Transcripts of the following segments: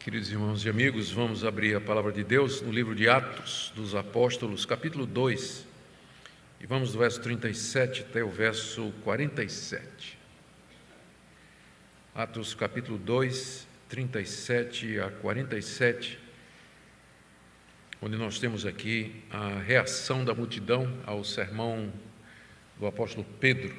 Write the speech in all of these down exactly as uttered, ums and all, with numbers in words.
Queridos irmãos e amigos, vamos abrir a palavra de Deus no livro de Atos dos Apóstolos, capítulo dois, e vamos do verso trinta e sete até o verso quarenta e sete. Atos, capítulo dois, trinta e sete a quarenta e sete, onde nós temos aqui a reação da multidão ao sermão do apóstolo Pedro.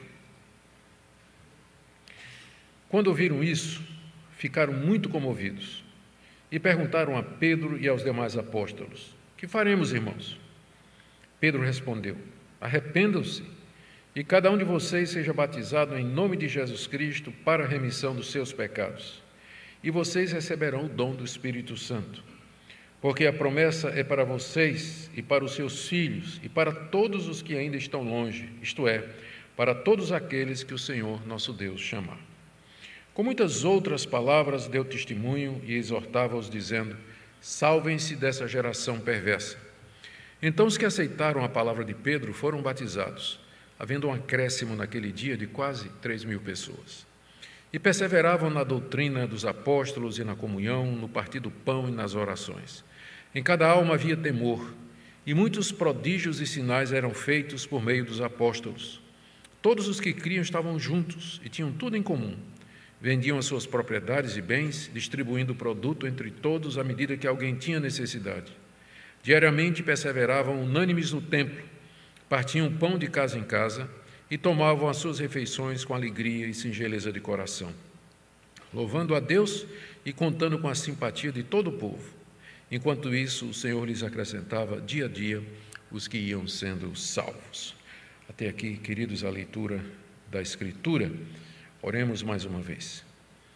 Quando ouviram isso, ficaram muito comovidos e perguntaram a Pedro e aos demais apóstolos: que faremos, irmãos? Pedro respondeu: arrependam-se e cada um de vocês seja batizado em nome de Jesus Cristo para a remissão dos seus pecados, e vocês receberão o dom do Espírito Santo, porque a promessa é para vocês e para os seus filhos e para todos os que ainda estão longe, isto é, para todos aqueles que o Senhor nosso Deus chamar. Com muitas outras palavras deu testemunho e exortava-os, dizendo: salvem-se dessa geração perversa. Então os que aceitaram a palavra de Pedro foram batizados, havendo um acréscimo naquele dia de quase três mil pessoas. E perseveravam na doutrina dos apóstolos e na comunhão, no partir do pão e nas orações. Em cada alma havia temor, e muitos prodígios e sinais eram feitos por meio dos apóstolos. Todos os que criam estavam juntos e tinham tudo em comum. Vendiam as suas propriedades e bens, distribuindo o produto entre todos à medida que alguém tinha necessidade. Diariamente perseveravam unânimes no templo, partiam pão de casa em casa e tomavam as suas refeições com alegria e singeleza de coração, louvando a Deus e contando com a simpatia de todo o povo. Enquanto isso, o Senhor lhes acrescentava dia a dia os que iam sendo salvos. Até aqui, queridos, a leitura da Escritura. Oremos mais uma vez.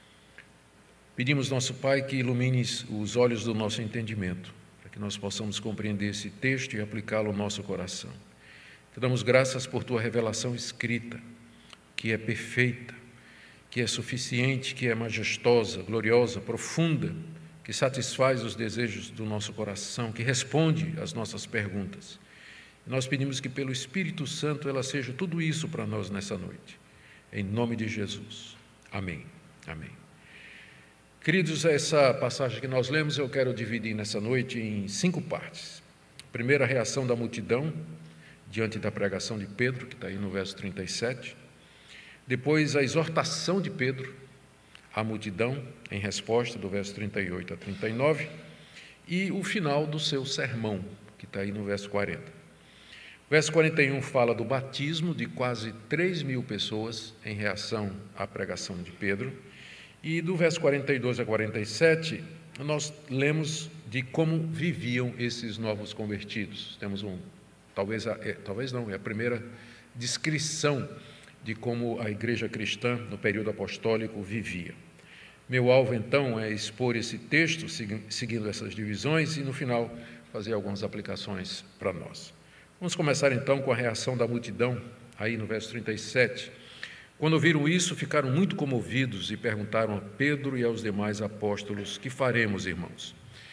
Pedimos, nosso Pai, que ilumines os olhos do nosso entendimento, para que nós possamos compreender esse texto e aplicá-lo ao nosso coração. Te damos graças por Tua revelação escrita, que é perfeita, que é suficiente, que é majestosa, gloriosa, profunda, que satisfaz os desejos do nosso coração, que responde às nossas perguntas. E nós pedimos que pelo Espírito Santo ela seja tudo isso para nós nessa noite. Em nome de Jesus. Amém. Amém. Queridos, essa passagem que nós lemos eu quero dividir nessa noite em cinco partes. Primeiro, a reação da multidão diante da pregação de Pedro, que está aí no verso trinta e sete. Depois, a exortação de Pedro à multidão, em resposta, do verso trinta e oito a trinta e nove. E o final do seu sermão, que está aí no verso quarenta. O verso quarenta e um fala do batismo de quase três mil pessoas em reação à pregação de Pedro. E do verso quarenta e dois a quarenta e sete, nós lemos de como viviam esses novos convertidos. Temos um, talvez, é, talvez não, é a primeira descrição de como a igreja cristã, no período apostólico, vivia. Meu alvo, então, é expor esse texto, seguindo essas divisões, e no final fazer algumas aplicações para nós. Vamos começar então com a reação da multidão, aí no verso trinta e sete. Quando ouviram isso, ficaram muito comovidos e perguntaram a Pedro e aos demais apóstolos: que faremos, irmãos?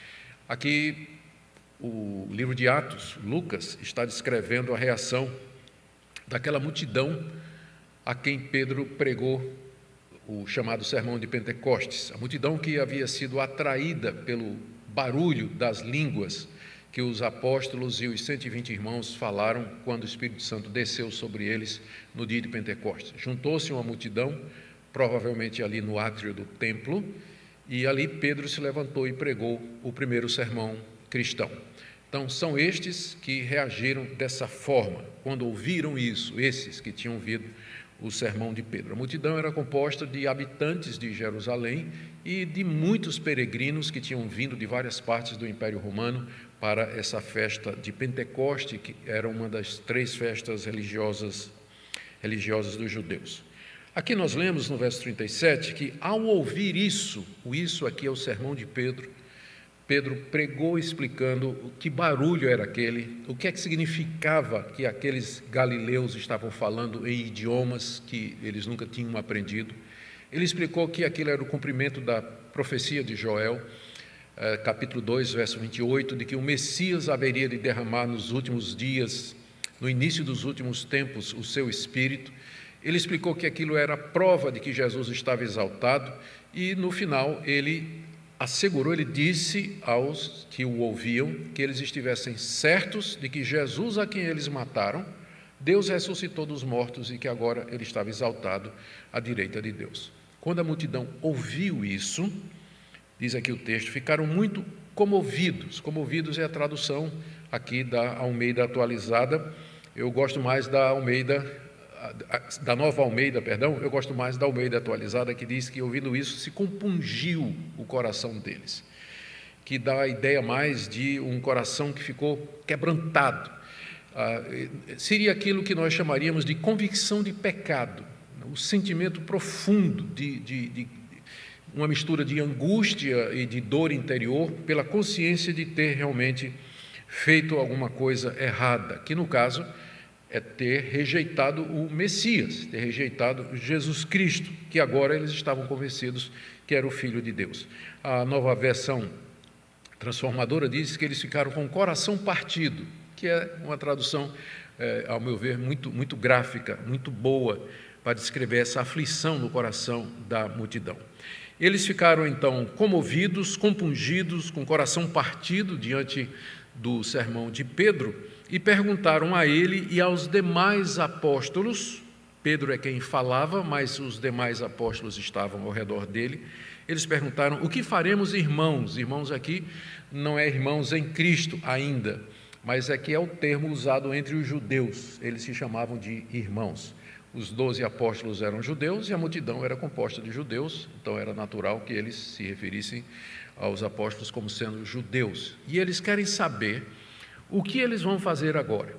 Aqui, o livro de Atos, Lucas, está descrevendo a reação daquela multidão a quem Pedro pregou o chamado Sermão de Pentecostes. A multidão que havia sido atraída pelo barulho das línguas que os apóstolos e os cento e vinte irmãos falaram quando o Espírito Santo desceu sobre eles no dia de Pentecostes. Juntou-se uma multidão, provavelmente ali no átrio do templo, e ali Pedro se levantou e pregou o primeiro sermão cristão. Então, são estes que reagiram dessa forma, quando ouviram isso, esses que tinham ouvido o sermão de Pedro. A multidão era composta de habitantes de Jerusalém e de muitos peregrinos que tinham vindo de várias partes do Império Romano para essa festa de Pentecoste, que era uma das três festas religiosas, religiosas dos judeus. Aqui nós lemos no verso trinta e sete que, ao ouvir isso, o isso aqui é o sermão de Pedro, Pedro pregou explicando que barulho era aquele, o que é que significava que aqueles galileus estavam falando em idiomas que eles nunca tinham aprendido. Ele explicou que aquilo era o cumprimento da profecia de Joel, capítulo dois, verso vinte e oito, de que o Messias haveria de derramar nos últimos dias, no início dos últimos tempos, o seu Espírito. Ele explicou que aquilo era prova de que Jesus estava exaltado e, no final, ele assegurou, ele disse aos que o ouviam que eles estivessem certos de que Jesus, a quem eles mataram, Deus ressuscitou dos mortos e que agora ele estava exaltado à direita de Deus. Quando a multidão ouviu isso, diz aqui o texto, ficaram muito comovidos. Comovidos é a tradução aqui da Almeida atualizada. Eu gosto mais da Almeida, da Nova Almeida, perdão, eu gosto mais da Almeida atualizada, que diz que, ouvindo isso, se compungiu o coração deles, que dá a ideia mais de um coração que ficou quebrantado. Ah, seria aquilo que nós chamaríamos de convicção de pecado, o sentimento profundo de, de, de uma mistura de angústia e de dor interior pela consciência de ter realmente feito alguma coisa errada, que no caso é ter rejeitado o Messias, ter rejeitado Jesus Cristo, que agora eles estavam convencidos que era o Filho de Deus. A Nova Versão Transformadora diz que eles ficaram com o coração partido, que é uma tradução, é, ao meu ver, muito, muito gráfica, muito boa, para descrever essa aflição no coração da multidão. Eles ficaram, então, comovidos, compungidos, com o coração partido diante do sermão de Pedro, e perguntaram a ele e aos demais apóstolos, Pedro é quem falava, mas os demais apóstolos estavam ao redor dele, eles perguntaram, o que faremos, irmãos? Irmãos aqui não é irmãos em Cristo ainda, mas aqui é o termo usado entre os judeus, eles se chamavam de irmãos. Os doze apóstolos eram judeus e a multidão era composta de judeus, então era natural que eles se referissem aos apóstolos como sendo judeus. E eles querem saber o que eles vão fazer agora.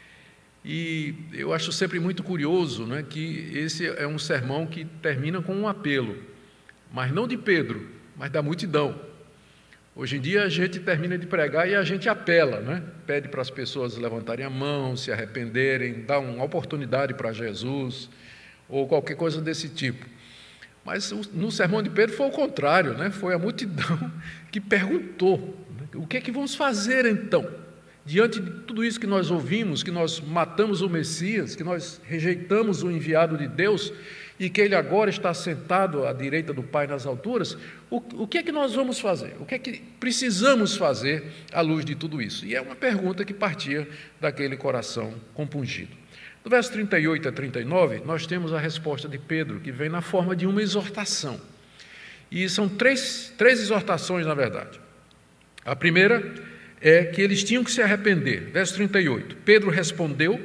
E eu acho sempre muito curioso, né, que esse é um sermão que termina com um apelo, mas não de Pedro, mas da multidão. Hoje em dia a gente termina de pregar e a gente apela, né? Pede para as pessoas levantarem a mão, se arrependerem, dá uma oportunidade para Jesus, ou qualquer coisa desse tipo. Mas no sermão de Pedro foi o contrário, né? Foi a multidão que perguntou, né? O que é que vamos fazer então? Diante de tudo isso que nós ouvimos, que nós matamos o Messias, que nós rejeitamos o enviado de Deus e que ele agora está sentado à direita do Pai nas alturas, o, o que é que nós vamos fazer? O que é que precisamos fazer à luz de tudo isso? E é uma pergunta que partia daquele coração compungido. Do verso trinta e oito a trinta e nove, nós temos a resposta de Pedro, que vem na forma de uma exortação. E são três, três exortações, na verdade. A primeira é que eles tinham que se arrepender. Verso trinta e oito, Pedro respondeu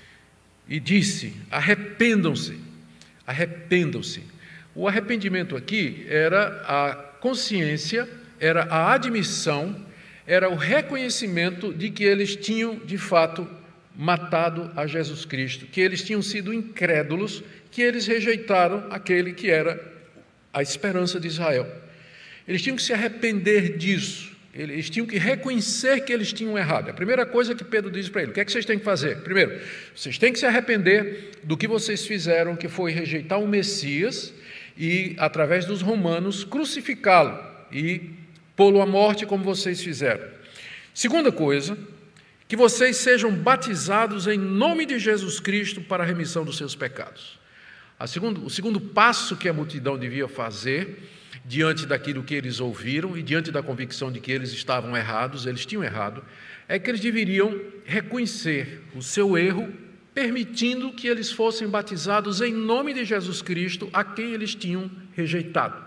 e disse, arrependam-se, arrependam-se. O arrependimento aqui era a consciência, era a admissão, era o reconhecimento de que eles tinham, de fato, matado a Jesus Cristo, que eles tinham sido incrédulos, que eles rejeitaram aquele que era a esperança de Israel. Eles tinham que se arrepender disso. Eles tinham que reconhecer que eles tinham errado. A primeira coisa que Pedro diz para ele, o que é que vocês têm que fazer? Primeiro, vocês têm que se arrepender do que vocês fizeram, que foi rejeitar o Messias e, através dos romanos, crucificá-lo e pô-lo à morte como vocês fizeram. Segunda coisa, que vocês sejam batizados em nome de Jesus Cristo para a remissão dos seus pecados. A segundo, o segundo passo que a multidão devia fazer diante daquilo que eles ouviram e diante da convicção de que eles estavam errados, eles tinham errado, é que eles deveriam reconhecer o seu erro, permitindo que eles fossem batizados em nome de Jesus Cristo, a quem eles tinham rejeitado.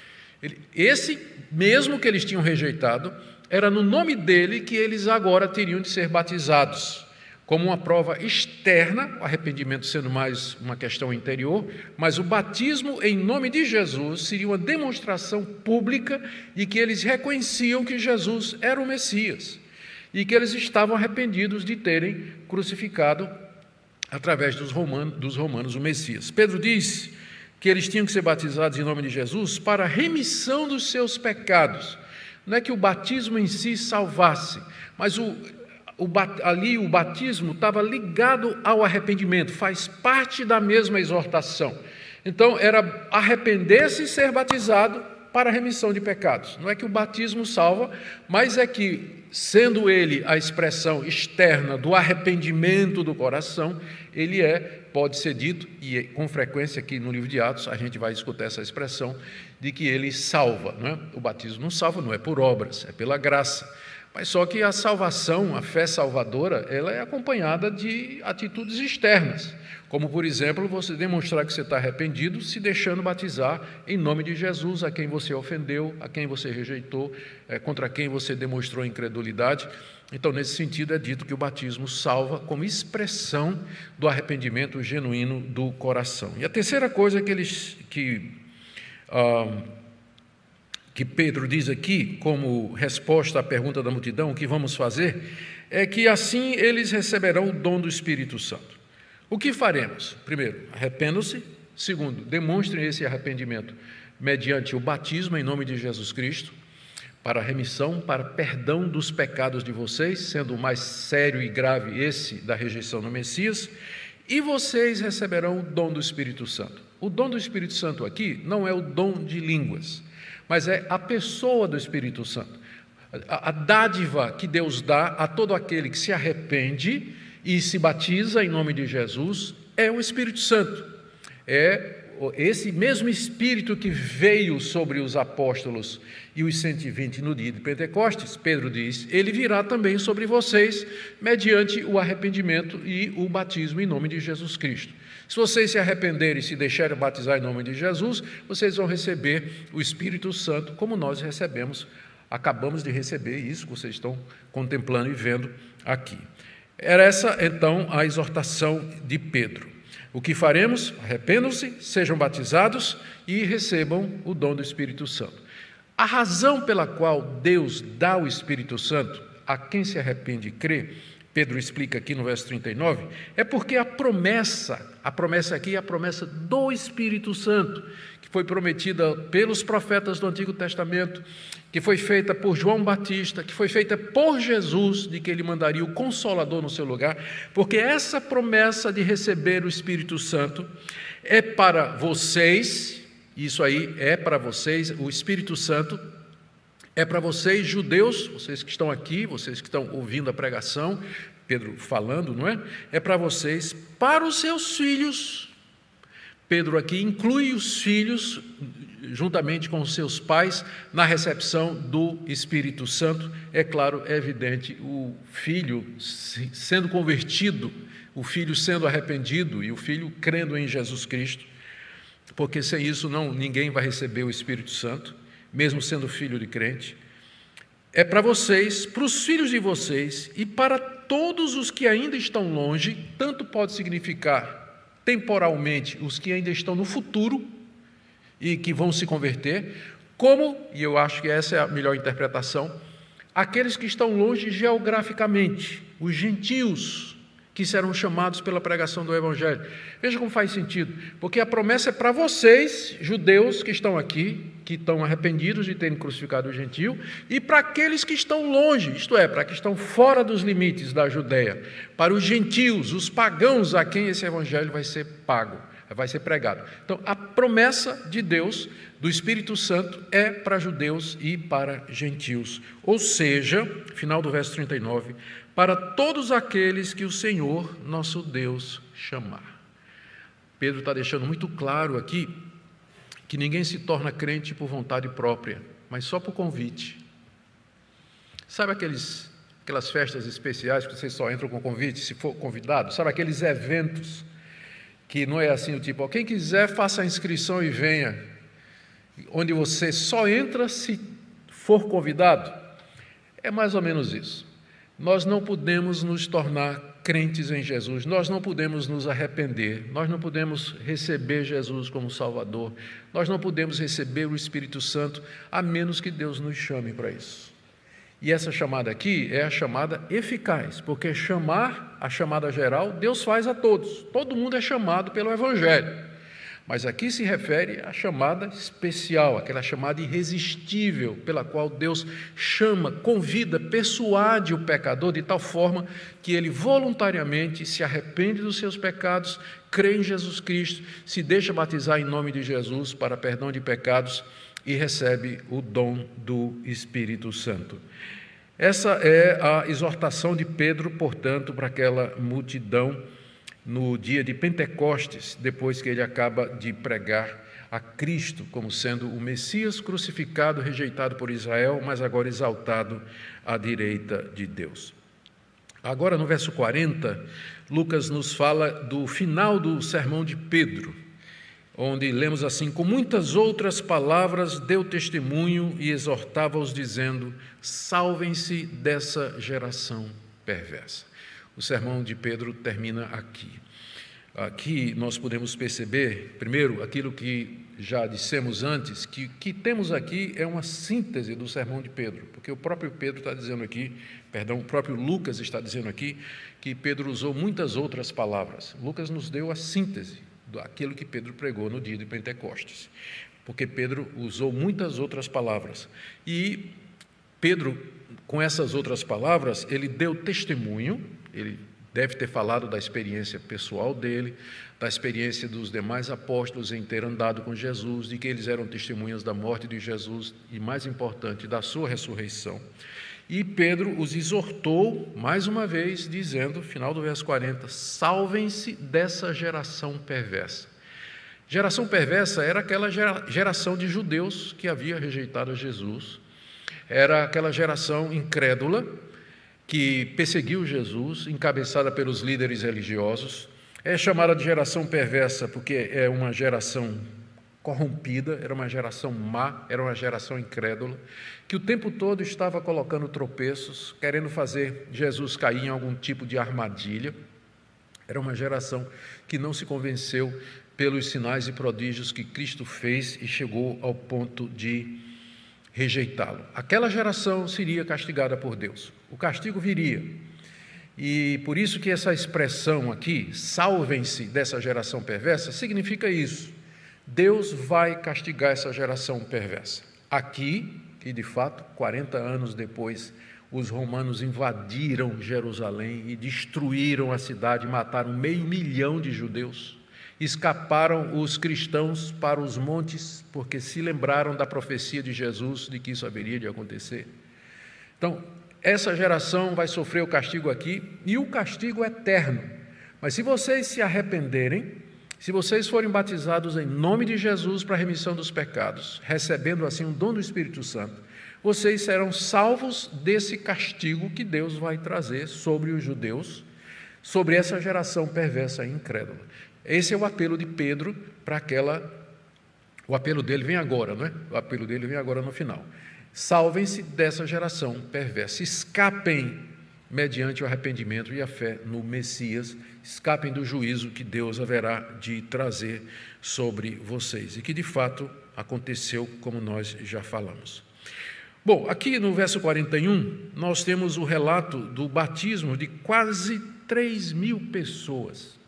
Esse mesmo que eles tinham rejeitado, era no nome dele que eles agora teriam de ser batizados, como uma prova externa, o arrependimento sendo mais uma questão interior, mas o batismo em nome de Jesus seria uma demonstração pública de que eles reconheciam que Jesus era o Messias e que eles estavam arrependidos de terem crucificado através dos romanos, dos romanos o Messias. Pedro diz que eles tinham que ser batizados em nome de Jesus para a remissão dos seus pecados. Não é que o batismo em si salvasse, mas o O, ali o batismo estava ligado ao arrependimento, faz parte da mesma exortação. Então, era arrepender-se e ser batizado para a remissão de pecados. Não é que o batismo salva, mas é que, sendo ele a expressão externa do arrependimento do coração, ele é, pode ser dito, e com frequência aqui no livro de Atos a gente vai escutar essa expressão, de que ele salva. Não é? O batismo não salva, não é por obras, é pela graça. Mas só que a salvação, a fé salvadora, ela é acompanhada de atitudes externas, como, por exemplo, você demonstrar que você está arrependido se deixando batizar em nome de Jesus, a quem você ofendeu, a quem você rejeitou, é, contra quem você demonstrou incredulidade. Então, nesse sentido, é dito que o batismo salva como expressão do arrependimento genuíno do coração. E a terceira coisa que, eles, que, ah, que Pedro diz aqui, como resposta à pergunta da multidão, o que vamos fazer, é que assim eles receberão o dom do Espírito Santo. O que faremos? Primeiro, arrependam-se. Segundo, demonstrem esse arrependimento mediante o batismo em nome de Jesus Cristo, para remissão, para perdão dos pecados de vocês, sendo o mais sério e grave esse da rejeição do Messias, e vocês receberão o dom do Espírito Santo. O dom do Espírito Santo aqui não é o dom de línguas, mas é a pessoa do Espírito Santo. A, a dádiva que Deus dá a todo aquele que se arrepende e se batiza em nome de Jesus é o Espírito Santo. É esse mesmo Espírito que veio sobre os apóstolos e os cento e vinte no dia de Pentecostes, Pedro diz, ele virá também sobre vocês, mediante o arrependimento e o batismo em nome de Jesus Cristo. Se vocês se arrependerem e se deixarem batizar em nome de Jesus, vocês vão receber o Espírito Santo, como nós recebemos, acabamos de receber isso, que vocês estão contemplando e vendo aqui. Era essa, então, a exortação de Pedro. O que faremos? Arrependam-se, sejam batizados e recebam o dom do Espírito Santo. A razão pela qual Deus dá o Espírito Santo a quem se arrepende e crê, Pedro explica aqui no verso trinta e nove, é porque a promessa, a promessa aqui é a promessa do Espírito Santo, que foi prometida pelos profetas do Antigo Testamento, que foi feita por João Batista, que foi feita por Jesus, de que ele mandaria o Consolador no seu lugar, porque essa promessa de receber o Espírito Santo é para vocês, isso aí é para vocês, o Espírito Santo é para vocês, judeus, vocês que estão aqui, vocês que estão ouvindo a pregação, Pedro falando, não é? É para vocês, para os seus filhos. Pedro aqui inclui os filhos, juntamente com os seus pais, na recepção do Espírito Santo. É claro, é evidente, o filho sendo convertido, o filho sendo arrependido e o filho crendo em Jesus Cristo, porque sem isso não, ninguém vai receber o Espírito Santo, mesmo sendo filho de crente. É para vocês, para os filhos de vocês e para todos os que ainda estão longe, tanto pode significar temporalmente os que ainda estão no futuro e que vão se converter, como, e eu acho que essa é a melhor interpretação, aqueles que estão longe geograficamente, os gentios que serão chamados pela pregação do Evangelho. Veja como faz sentido, porque a promessa é para vocês, judeus que estão aqui, que estão arrependidos de terem crucificado o gentio, e para aqueles que estão longe, isto é, para que estão fora dos limites da Judeia, para os gentios, os pagãos a quem esse Evangelho vai ser pago, vai ser pregado. Então, a promessa de Deus, do Espírito Santo, é para judeus e para gentios. Ou seja, final do verso trinta e nove, para todos aqueles que o Senhor, nosso Deus, chamar. Pedro está deixando muito claro aqui que ninguém se torna crente por vontade própria, mas só por convite. Sabe aqueles, aquelas festas especiais que vocês só entram com convite, se for convidado? Sabe aqueles eventos que não é assim, o tipo, ó, quem quiser faça a inscrição e venha, onde você só entra se for convidado? É mais ou menos isso. Nós não podemos nos tornar crentes em Jesus, nós não podemos nos arrepender, nós não podemos receber Jesus como Salvador, nós não podemos receber o Espírito Santo, a menos que Deus nos chame para isso. E essa chamada aqui é a chamada eficaz, porque chamar, a chamada geral, Deus faz a todos, todo mundo é chamado pelo Evangelho. Mas aqui se refere à chamada especial, aquela chamada irresistível, pela qual Deus chama, convida, persuade o pecador de tal forma que ele voluntariamente se arrepende dos seus pecados, crê em Jesus Cristo, se deixa batizar em nome de Jesus para perdão de pecados e recebe o dom do Espírito Santo. Essa é a exortação de Pedro, portanto, para aquela multidão no dia de Pentecostes, depois que ele acaba de pregar a Cristo como sendo o Messias crucificado, rejeitado por Israel, mas agora exaltado à direita de Deus. Agora, no verso quarenta, Lucas nos fala do final do sermão de Pedro, onde lemos assim: com muitas outras palavras deu testemunho e exortava-os dizendo: salvem-se dessa geração perversa. O sermão de Pedro termina aqui. Aqui nós podemos perceber, primeiro, aquilo que já dissemos antes, que o que temos aqui é uma síntese do sermão de Pedro, porque o próprio Pedro está dizendo aqui, perdão, o próprio Lucas está dizendo aqui, que Pedro usou muitas outras palavras. Lucas nos deu a síntese daquilo que Pedro pregou no dia de Pentecostes, porque Pedro usou muitas outras palavras. E Pedro, com essas outras palavras, ele deu testemunho, ele deve ter falado da experiência pessoal dele, da experiência dos demais apóstolos em ter andado com Jesus, de que eles eram testemunhas da morte de Jesus e, mais importante, da sua ressurreição. E Pedro os exortou, mais uma vez, dizendo, final do verso quarenta, salvem-se dessa geração perversa. Geração perversa era aquela geração de judeus que havia rejeitado a Jesus, era aquela geração incrédula, que perseguiu Jesus, encabeçada pelos líderes religiosos. É chamada de geração perversa porque é uma geração corrompida, era uma geração má, era uma geração incrédula, que o tempo todo estava colocando tropeços, querendo fazer Jesus cair em algum tipo de armadilha. Era uma geração que não se convenceu pelos sinais e prodígios que Cristo fez e chegou ao ponto de rejeitá-lo. Aquela geração seria castigada por Deus. O castigo viria. E por isso que essa expressão aqui, salvem-se dessa geração perversa, significa isso. Deus vai castigar essa geração perversa. Aqui, e de fato, quarenta anos depois, os romanos invadiram Jerusalém e destruíram a cidade, mataram meio milhão de judeus. Escaparam os cristãos para os montes, porque se lembraram da profecia de Jesus, de que isso haveria de acontecer. Então, essa geração vai sofrer o castigo aqui, e o castigo é eterno. Mas se vocês se arrependerem, se vocês forem batizados em nome de Jesus para a remissão dos pecados, recebendo assim um dom do Espírito Santo, vocês serão salvos desse castigo que Deus vai trazer sobre os judeus, sobre essa geração perversa e incrédula. Esse é o apelo de Pedro para aquela... O apelo dele vem agora, não é? O apelo dele vem agora no final. Salvem-se dessa geração perversa. Escapem mediante o arrependimento e a fé no Messias. Escapem do juízo que Deus haverá de trazer sobre vocês. E que, de fato, aconteceu como nós já falamos. Bom, aqui no verso quarenta e um, nós temos o relato do batismo de quase três mil pessoas.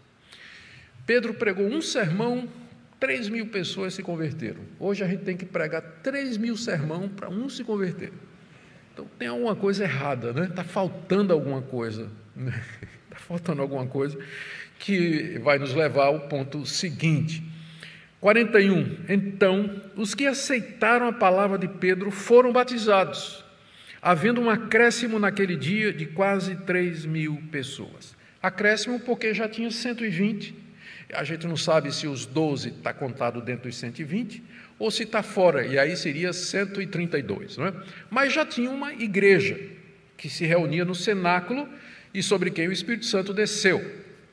Pedro pregou um sermão, três mil pessoas se converteram. Hoje a gente tem que pregar três mil sermão para um se converter. Então tem alguma coisa errada, né? Está faltando alguma coisa. Está faltando alguma coisa que vai nos levar ao ponto seguinte. quarenta e um. Então, os que aceitaram a palavra de Pedro foram batizados, havendo um acréscimo naquele dia de quase três mil pessoas. Acréscimo porque já tinha cento e vinte. A gente não sabe se os doze está contado dentro dos cento e vinte ou se está fora, e aí seria cento e trinta e dois, não é? Mas já tinha uma igreja que se reunia no cenáculo e sobre quem o Espírito Santo desceu.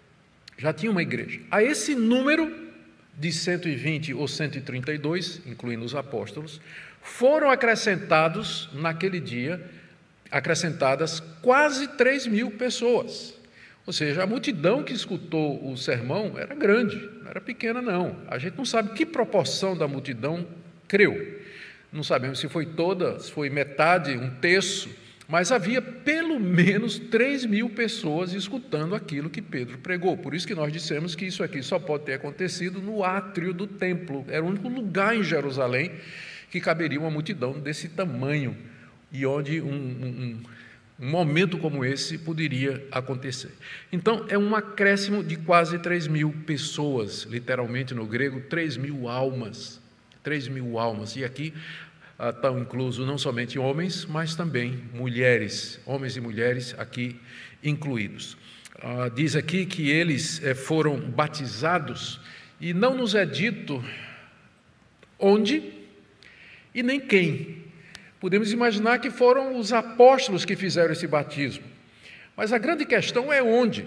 Já tinha uma igreja. A esse número de cento e vinte ou cento e trinta e dois, incluindo os apóstolos, foram acrescentados naquele dia, acrescentadas quase três mil pessoas. Ou seja, a multidão que escutou o sermão era grande, não era pequena não. A gente não sabe que proporção da multidão creu. Não sabemos se foi toda, se foi metade, um terço, mas havia pelo menos três mil pessoas escutando aquilo que Pedro pregou. Por isso que nós dissemos que isso aqui só pode ter acontecido no átrio do templo. Era o único lugar em Jerusalém que caberia uma multidão desse tamanho e onde um... um, um Um momento como esse poderia acontecer. Então, é um acréscimo de quase três mil pessoas, literalmente no grego, três mil almas. três mil almas. E aqui ah, estão inclusos não somente homens, mas também mulheres, homens e mulheres aqui incluídos. Ah, diz aqui que eles eh, foram batizados, e não nos é dito onde e nem quem. Podemos imaginar que foram os apóstolos que fizeram esse batismo, mas a grande questão é onde,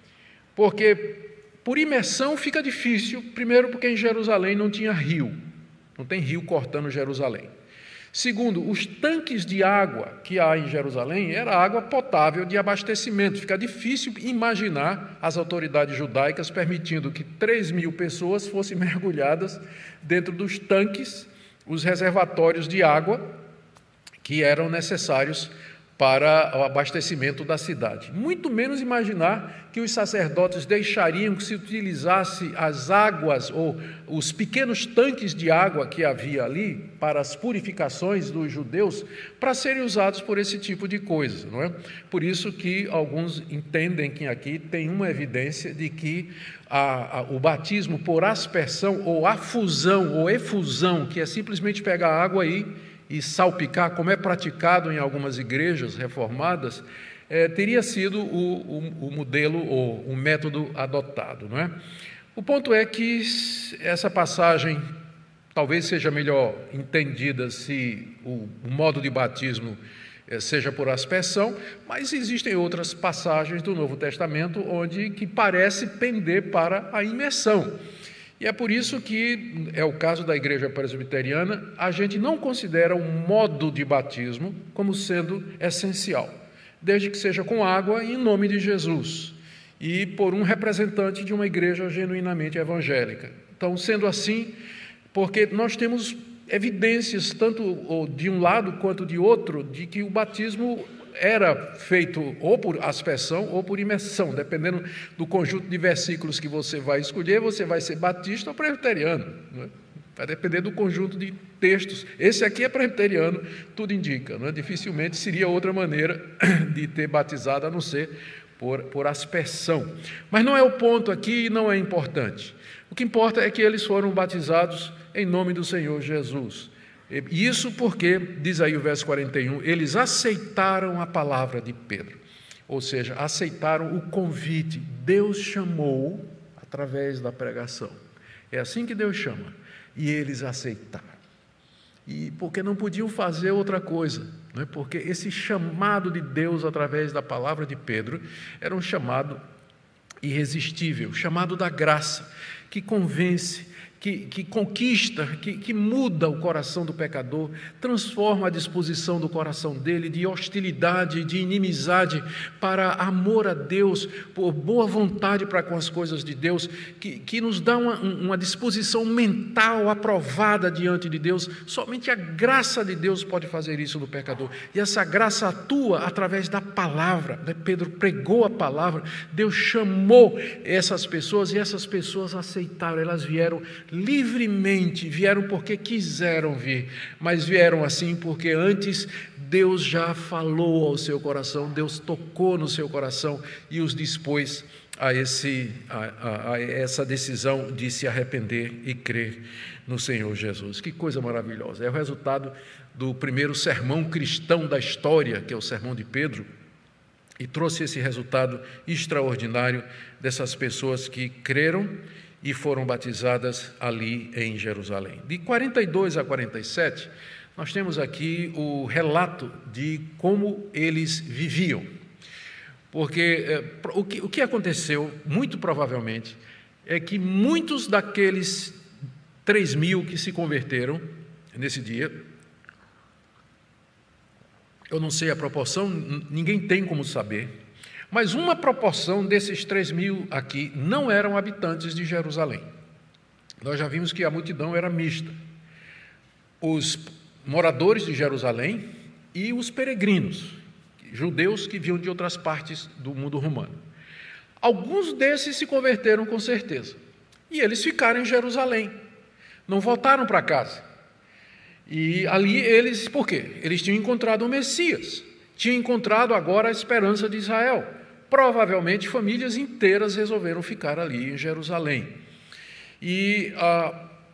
porque por imersão fica difícil, primeiro porque em Jerusalém não tinha rio, não tem rio cortando Jerusalém. Segundo, os tanques de água que há em Jerusalém era água potável de abastecimento. Fica difícil imaginar as autoridades judaicas permitindo que três mil pessoas fossem mergulhadas dentro dos tanques, os reservatórios de água que eram necessários para o abastecimento da cidade. Muito menos imaginar que os sacerdotes deixariam que se utilizasse as águas ou os pequenos tanques de água que havia ali para as purificações dos judeus para serem usados por esse tipo de coisa, não é? Por isso que alguns entendem que aqui tem uma evidência de que a, a, o batismo por aspersão ou afusão ou efusão, que é simplesmente pegar água aí e salpicar, como é praticado em algumas igrejas reformadas, é, teria sido o, o, o modelo ou o método adotado, não é? O ponto é que essa passagem talvez seja melhor entendida se o, o modo de batismo é, seja por aspersão, mas existem outras passagens do Novo Testamento onde que parece pender para a imersão. E é por isso que, é o caso da Igreja Presbiteriana, a gente não considera o modo de batismo como sendo essencial, desde que seja com água em nome de Jesus e por um representante de uma igreja genuinamente evangélica. Então, sendo assim, porque nós temos evidências, tanto de um lado quanto de outro, de que o batismo era feito ou por aspersão ou por imersão, dependendo do conjunto de versículos que você vai escolher, você vai ser batista ou presbiteriano, não é? Vai depender do conjunto de textos. Esse aqui é presbiteriano, tudo indica, não é? Dificilmente seria outra maneira de ter batizado, a não ser por, por aspersão. Mas não é o ponto aqui e não é importante. O que importa é que eles foram batizados em nome do Senhor Jesus. Isso porque, diz aí o verso quarenta e um, eles aceitaram a palavra de Pedro, ou seja, aceitaram o convite. Deus chamou através da pregação. É assim que Deus chama. E eles aceitaram. E porque não podiam fazer outra coisa, não é? Porque esse chamado de Deus através da palavra de Pedro era um chamado irresistível, chamado da graça, que convence, Que, que conquista, que, que muda o coração do pecador, transforma a disposição do coração dele de hostilidade, de inimizade para amor a Deus, por boa vontade para com as coisas de Deus, que, que nos dá uma, uma disposição mental aprovada diante de Deus. Somente a graça de Deus pode fazer isso no pecador, e essa graça atua através da palavra, né? Pedro pregou a palavra, Deus chamou essas pessoas e essas pessoas aceitaram, elas vieram livremente, vieram porque quiseram vir, mas vieram assim porque antes Deus já falou ao seu coração, Deus tocou no seu coração e os dispôs a, esse, a, a, a essa decisão de se arrepender e crer no Senhor Jesus. Que coisa maravilhosa! É o resultado do primeiro sermão cristão da história, que é o sermão de Pedro, e trouxe esse resultado extraordinário dessas pessoas que creram e foram batizadas ali em Jerusalém. De quarenta e dois a quarenta e sete, nós temos aqui o relato de como eles viviam. Porque eh, o, que, o que aconteceu, muito provavelmente, é que muitos daqueles três mil que se converteram nesse dia, eu não sei a proporção, ninguém tem como saber, mas uma proporção desses três mil aqui não eram habitantes de Jerusalém. Nós já vimos que a multidão era mista. Os moradores de Jerusalém e os peregrinos, judeus que vinham de outras partes do mundo romano. Alguns desses se converteram com certeza. E eles ficaram em Jerusalém. Não voltaram para casa. E ali eles, por quê? Eles tinham encontrado o Messias. Tinham encontrado agora a esperança de Israel. Provavelmente famílias inteiras resolveram ficar ali em Jerusalém. E ah,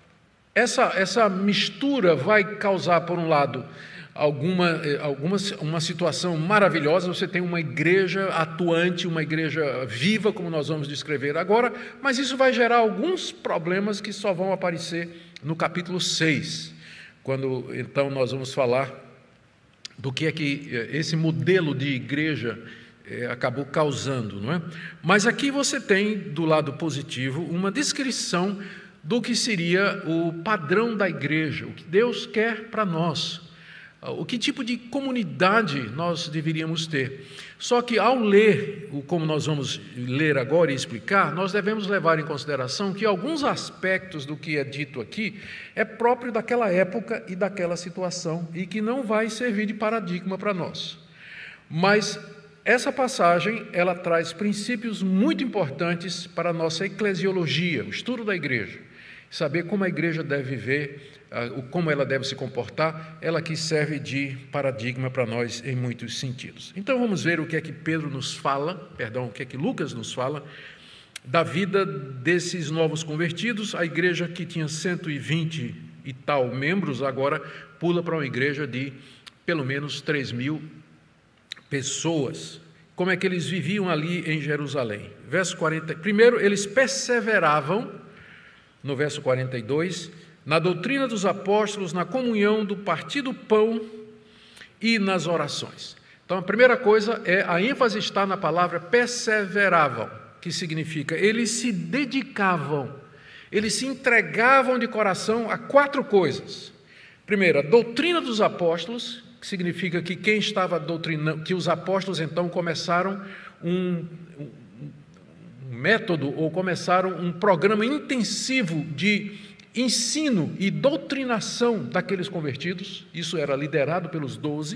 Essa, essa mistura vai causar, por um lado, alguma, alguma uma situação maravilhosa. Você tem uma igreja atuante, uma igreja viva, como nós vamos descrever agora, mas isso vai gerar alguns problemas que só vão aparecer no capítulo seis, quando então nós vamos falar do que é que esse modelo de igreja é, acabou causando, não é? Mas aqui você tem, do lado positivo, uma descrição do que seria o padrão da igreja, o que Deus quer para nós, o que tipo de comunidade nós deveríamos ter. Só que ao ler, como nós vamos ler agora e explicar, nós devemos levar em consideração que alguns aspectos do que é dito aqui é próprio daquela época e daquela situação e que não vai servir de paradigma para nós. Mas essa passagem, ela traz princípios muito importantes para a nossa eclesiologia, o estudo da igreja. Saber como a igreja deve viver, como ela deve se comportar, ela que serve de paradigma para nós em muitos sentidos. Então vamos ver o que é que Pedro nos fala, perdão, o que é que Lucas nos fala, da vida desses novos convertidos. A igreja que tinha cento e vinte e tal membros, agora pula para uma igreja de pelo menos três mil pessoas. Como é que eles viviam ali em Jerusalém? Verso quarenta, primeiro, eles perseveravam, no verso quarenta e dois, na doutrina dos apóstolos, na comunhão, do partir do pão e nas orações. Então, a primeira coisa é, a ênfase está na palavra perseveravam, que significa, eles se dedicavam, eles se entregavam de coração a quatro coisas. Primeiro, a doutrina dos apóstolos, que significa que quem estava doutrinando, que os apóstolos então começaram um, um método, ou começaram um programa intensivo de ensino e doutrinação daqueles convertidos. Isso era liderado pelos doze,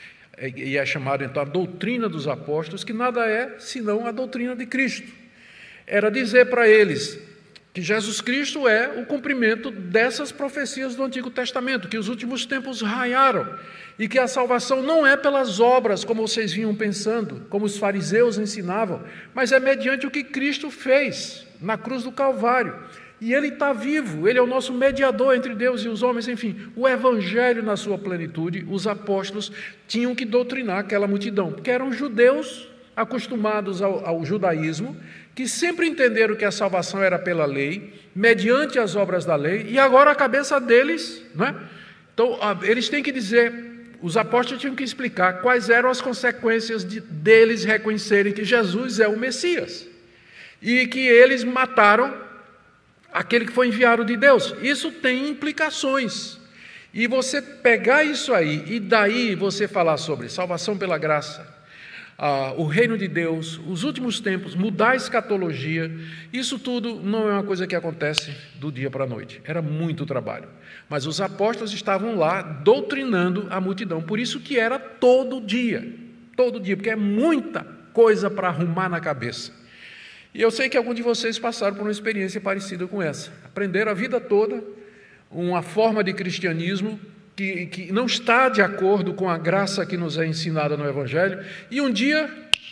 e é chamado então a doutrina dos apóstolos, que nada é senão a doutrina de Cristo. Era dizer para eles que Jesus Cristo é o cumprimento dessas profecias do Antigo Testamento, que os últimos tempos raiaram, e que a salvação não é pelas obras, como vocês vinham pensando, como os fariseus ensinavam, mas é mediante o que Cristo fez na cruz do Calvário. E Ele está vivo, Ele é o nosso mediador entre Deus e os homens, enfim, o Evangelho na sua plenitude. Os apóstolos tinham que doutrinar aquela multidão, porque eram judeus acostumados ao, ao judaísmo, que sempre entenderam que a salvação era pela lei, mediante as obras da lei, e agora a cabeça deles, não é? Então, eles têm que dizer, os apóstolos tinham que explicar quais eram as consequências de, deles reconhecerem que Jesus é o Messias, e que eles mataram aquele que foi enviado de Deus. Isso tem implicações, e você pegar isso aí, e daí você falar sobre salvação pela graça, Ah, o reino de Deus, os últimos tempos, mudar a escatologia, isso tudo não é uma coisa que acontece do dia para a noite, era muito trabalho, mas os apóstolos estavam lá doutrinando a multidão, por isso que era todo dia, todo dia, porque é muita coisa para arrumar na cabeça. E eu sei que alguns de vocês passaram por uma experiência parecida com essa, aprenderam a vida toda uma forma de cristianismo Que, que não está de acordo com a graça que nos é ensinada no Evangelho, e um dia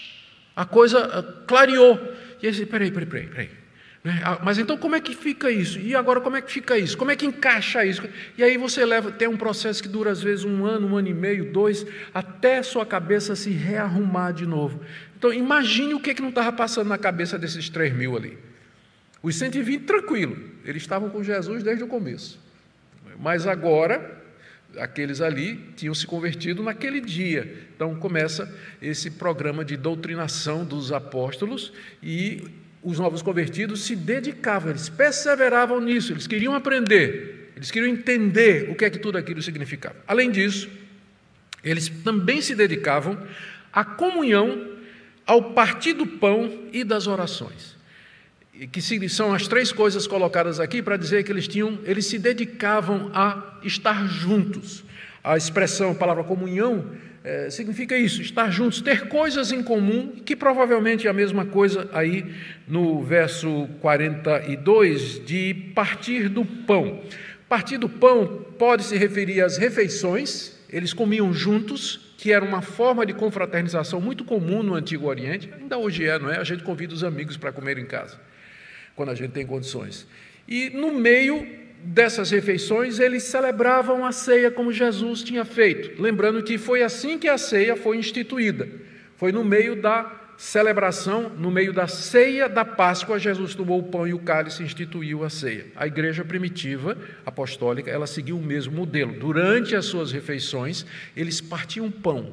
a coisa clareou, e aí, peraí, peraí, peraí, peraí, mas então como é que fica isso? E agora como é que fica isso? Como é que encaixa isso? E aí você leva, tem um processo que dura às vezes um ano, um ano e meio, dois, até sua cabeça se rearrumar de novo. Então imagine o que, que não estava passando na cabeça desses três mil ali. Os cento e vinte, tranquilo, eles estavam com Jesus desde o começo, mas agora aqueles ali tinham se convertido naquele dia. Então começa esse programa de doutrinação dos apóstolos, e os novos convertidos se dedicavam, eles perseveravam nisso, eles queriam aprender, eles queriam entender o que é que tudo aquilo significava. Além disso, eles também se dedicavam à comunhão, ao partir do pão e das orações, que são as três coisas colocadas aqui para dizer que eles tinham, eles se dedicavam a estar juntos. A expressão, a palavra comunhão, é, significa isso, estar juntos, ter coisas em comum, que provavelmente é a mesma coisa aí no verso quarenta e dois, de partir do pão. Partir do pão pode se referir às refeições, eles comiam juntos, que era uma forma de confraternização muito comum no Antigo Oriente, ainda hoje é, não é? A gente convida os amigos para comer em casa, quando a gente tem condições. E no meio dessas refeições, eles celebravam a ceia como Jesus tinha feito. Lembrando que foi assim que a ceia foi instituída. Foi no meio da celebração, no meio da ceia da Páscoa, Jesus tomou o pão e o cálice e instituiu a ceia. A igreja primitiva, apostólica, ela seguiu o mesmo modelo. Durante as suas refeições, eles partiam pão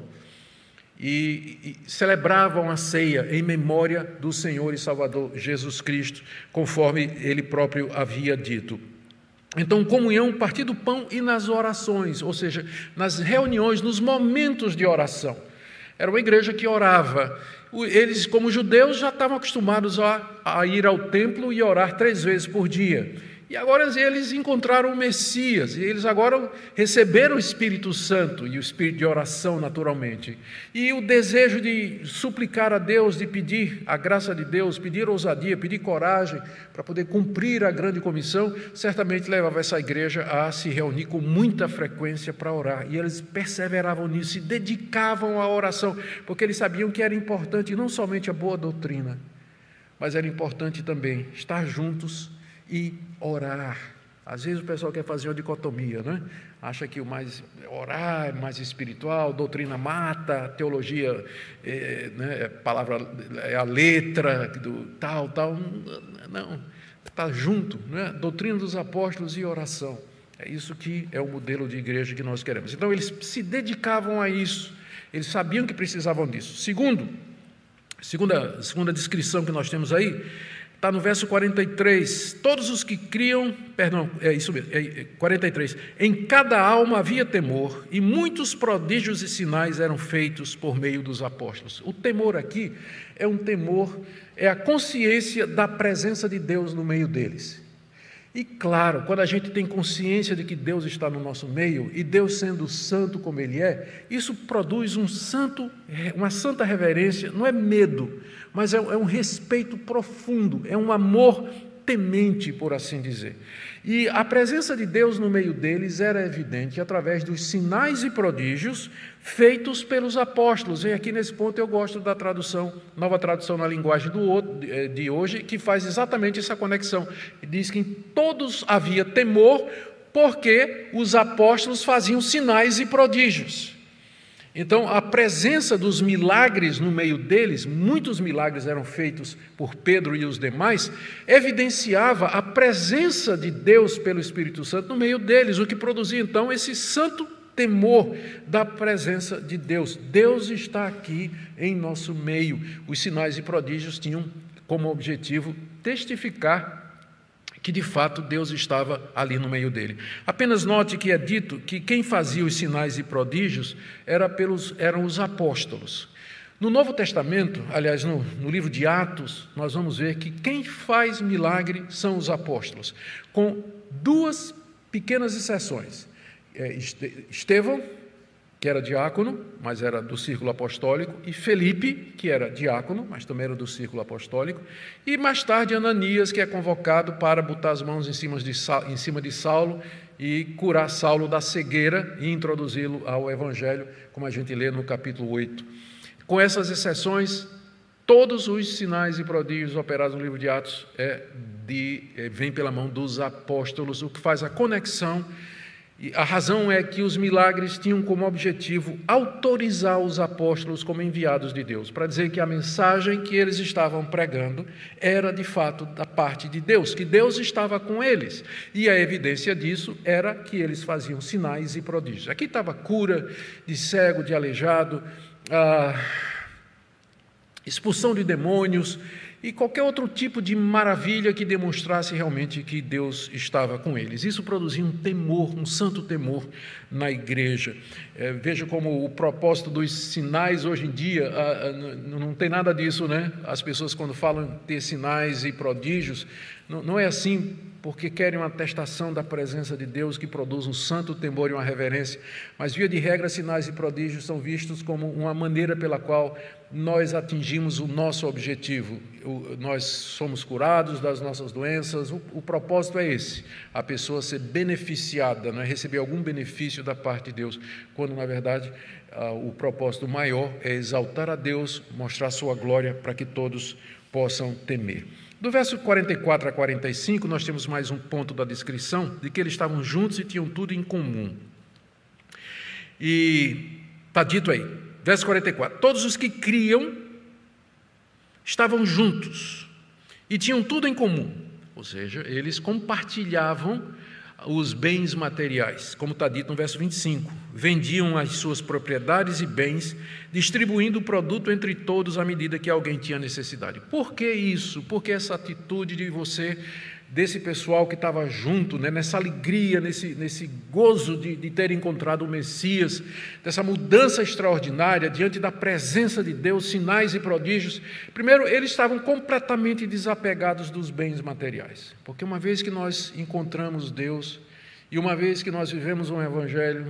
e, e celebravam a ceia em memória do Senhor e Salvador Jesus Cristo, conforme ele próprio havia dito. Então, comunhão, partir do pão e nas orações, ou seja, nas reuniões, nos momentos de oração. Era uma igreja que orava. Eles, como judeus, já estavam acostumados a, a ir ao templo e orar três vezes por dia. E agora eles encontraram o Messias, e eles agora receberam o Espírito Santo e o Espírito de oração naturalmente. E o desejo de suplicar a Deus, de pedir a graça de Deus, pedir ousadia, pedir coragem para poder cumprir a grande comissão, certamente levava essa igreja a se reunir com muita frequência para orar. E eles perseveravam nisso, se dedicavam à oração, porque eles sabiam que era importante não somente a boa doutrina, mas era importante também estar juntos e orar. Às vezes o pessoal quer fazer uma dicotomia, né? Acha que o mais orar é mais espiritual, doutrina mata, teologia é, né, é palavra é a letra do tal, tal. Não, está junto, né? Doutrina dos apóstolos e oração. É isso que é o modelo de igreja que nós queremos. Então eles se dedicavam a isso. Eles sabiam que precisavam disso. Segundo, segunda, segunda descrição que nós temos aí, está no verso quarenta e três, todos os que criam, perdão, é isso mesmo, é quarenta e três, em cada alma havia temor, e muitos prodígios e sinais eram feitos por meio dos apóstolos. O temor aqui é um temor, é a consciência da presença de Deus no meio deles. E claro, quando a gente tem consciência de que Deus está no nosso meio, e Deus sendo santo como Ele é, isso produz um santo, uma santa reverência, não é medo, mas é um respeito profundo, é um amor temente, por assim dizer. E a presença de Deus no meio deles era evidente através dos sinais e prodígios feitos pelos apóstolos. E aqui nesse ponto eu gosto da tradução, nova tradução na linguagem do, de hoje, que faz exatamente essa conexão. Diz que em todos havia temor, porque os apóstolos faziam sinais e prodígios. Então, a presença dos milagres no meio deles, muitos milagres eram feitos por Pedro e os demais, evidenciava a presença de Deus pelo Espírito Santo no meio deles, o que produzia então esse santo temor da presença de Deus. Deus está aqui em nosso meio. Os sinais e prodígios tinham como objetivo testificar que de fato Deus estava ali no meio dele. Apenas note que é dito que quem fazia os sinais e prodígios era pelos, eram os apóstolos. No Novo Testamento, aliás, no, no livro de Atos, nós vamos ver que quem faz milagre são os apóstolos, com duas pequenas exceções. É, Estevão, que era diácono, mas era do círculo apostólico, e Felipe, que era diácono, mas também era do círculo apostólico, e mais tarde Ananias, que é convocado para botar as mãos em cima de, em cima de Saulo e curar Saulo da cegueira e introduzi-lo ao Evangelho, como a gente lê no capítulo oito. Com essas exceções, todos os sinais e prodígios operados no livro de Atos é de, é, vêm pela mão dos apóstolos, o que faz a conexão. E a razão é que os milagres tinham como objetivo autorizar os apóstolos como enviados de Deus, para dizer que a mensagem que eles estavam pregando era de fato da parte de Deus, que Deus estava com eles. E a evidência disso era que eles faziam sinais e prodígios. Aqui estava cura de cego, de aleijado, a expulsão de demônios, e qualquer outro tipo de maravilha que demonstrasse realmente que Deus estava com eles. Isso produzia um temor, um santo temor na igreja. É, veja como o propósito dos sinais hoje em dia, ah, não, não tem nada disso, né? As pessoas quando falam ter sinais e prodígios, não, não é assim porque querem uma atestação da presença de Deus que produz um santo temor e uma reverência, mas via de regra, sinais e prodígios são vistos como uma maneira pela qual nós atingimos o nosso objetivo. O, nós somos curados das nossas doenças, o, o propósito é esse, a pessoa ser beneficiada, não é? Receber algum benefício da parte de Deus, quando na verdade ah, o propósito maior é exaltar a Deus, mostrar sua glória para que todos possam temer. Do verso quarenta e quatro a quarenta e cinco, nós temos mais um ponto da descrição de que eles estavam juntos e tinham tudo em comum. E está dito aí, verso quarenta e quatro, todos os que criam estavam juntos e tinham tudo em comum, ou seja, eles compartilhavam os bens materiais, como está dito no verso vinte e cinco, vendiam as suas propriedades e bens, distribuindo o produto entre todos à medida que alguém tinha necessidade. Por que isso? Por que essa atitude de você, desse pessoal que estava junto, né, nessa alegria, nesse, nesse gozo de, de ter encontrado o Messias, dessa mudança extraordinária diante da presença de Deus, sinais e prodígios? Primeiro, eles estavam completamente desapegados dos bens materiais, porque uma vez que nós encontramos Deus e uma vez que nós vivemos um evangelho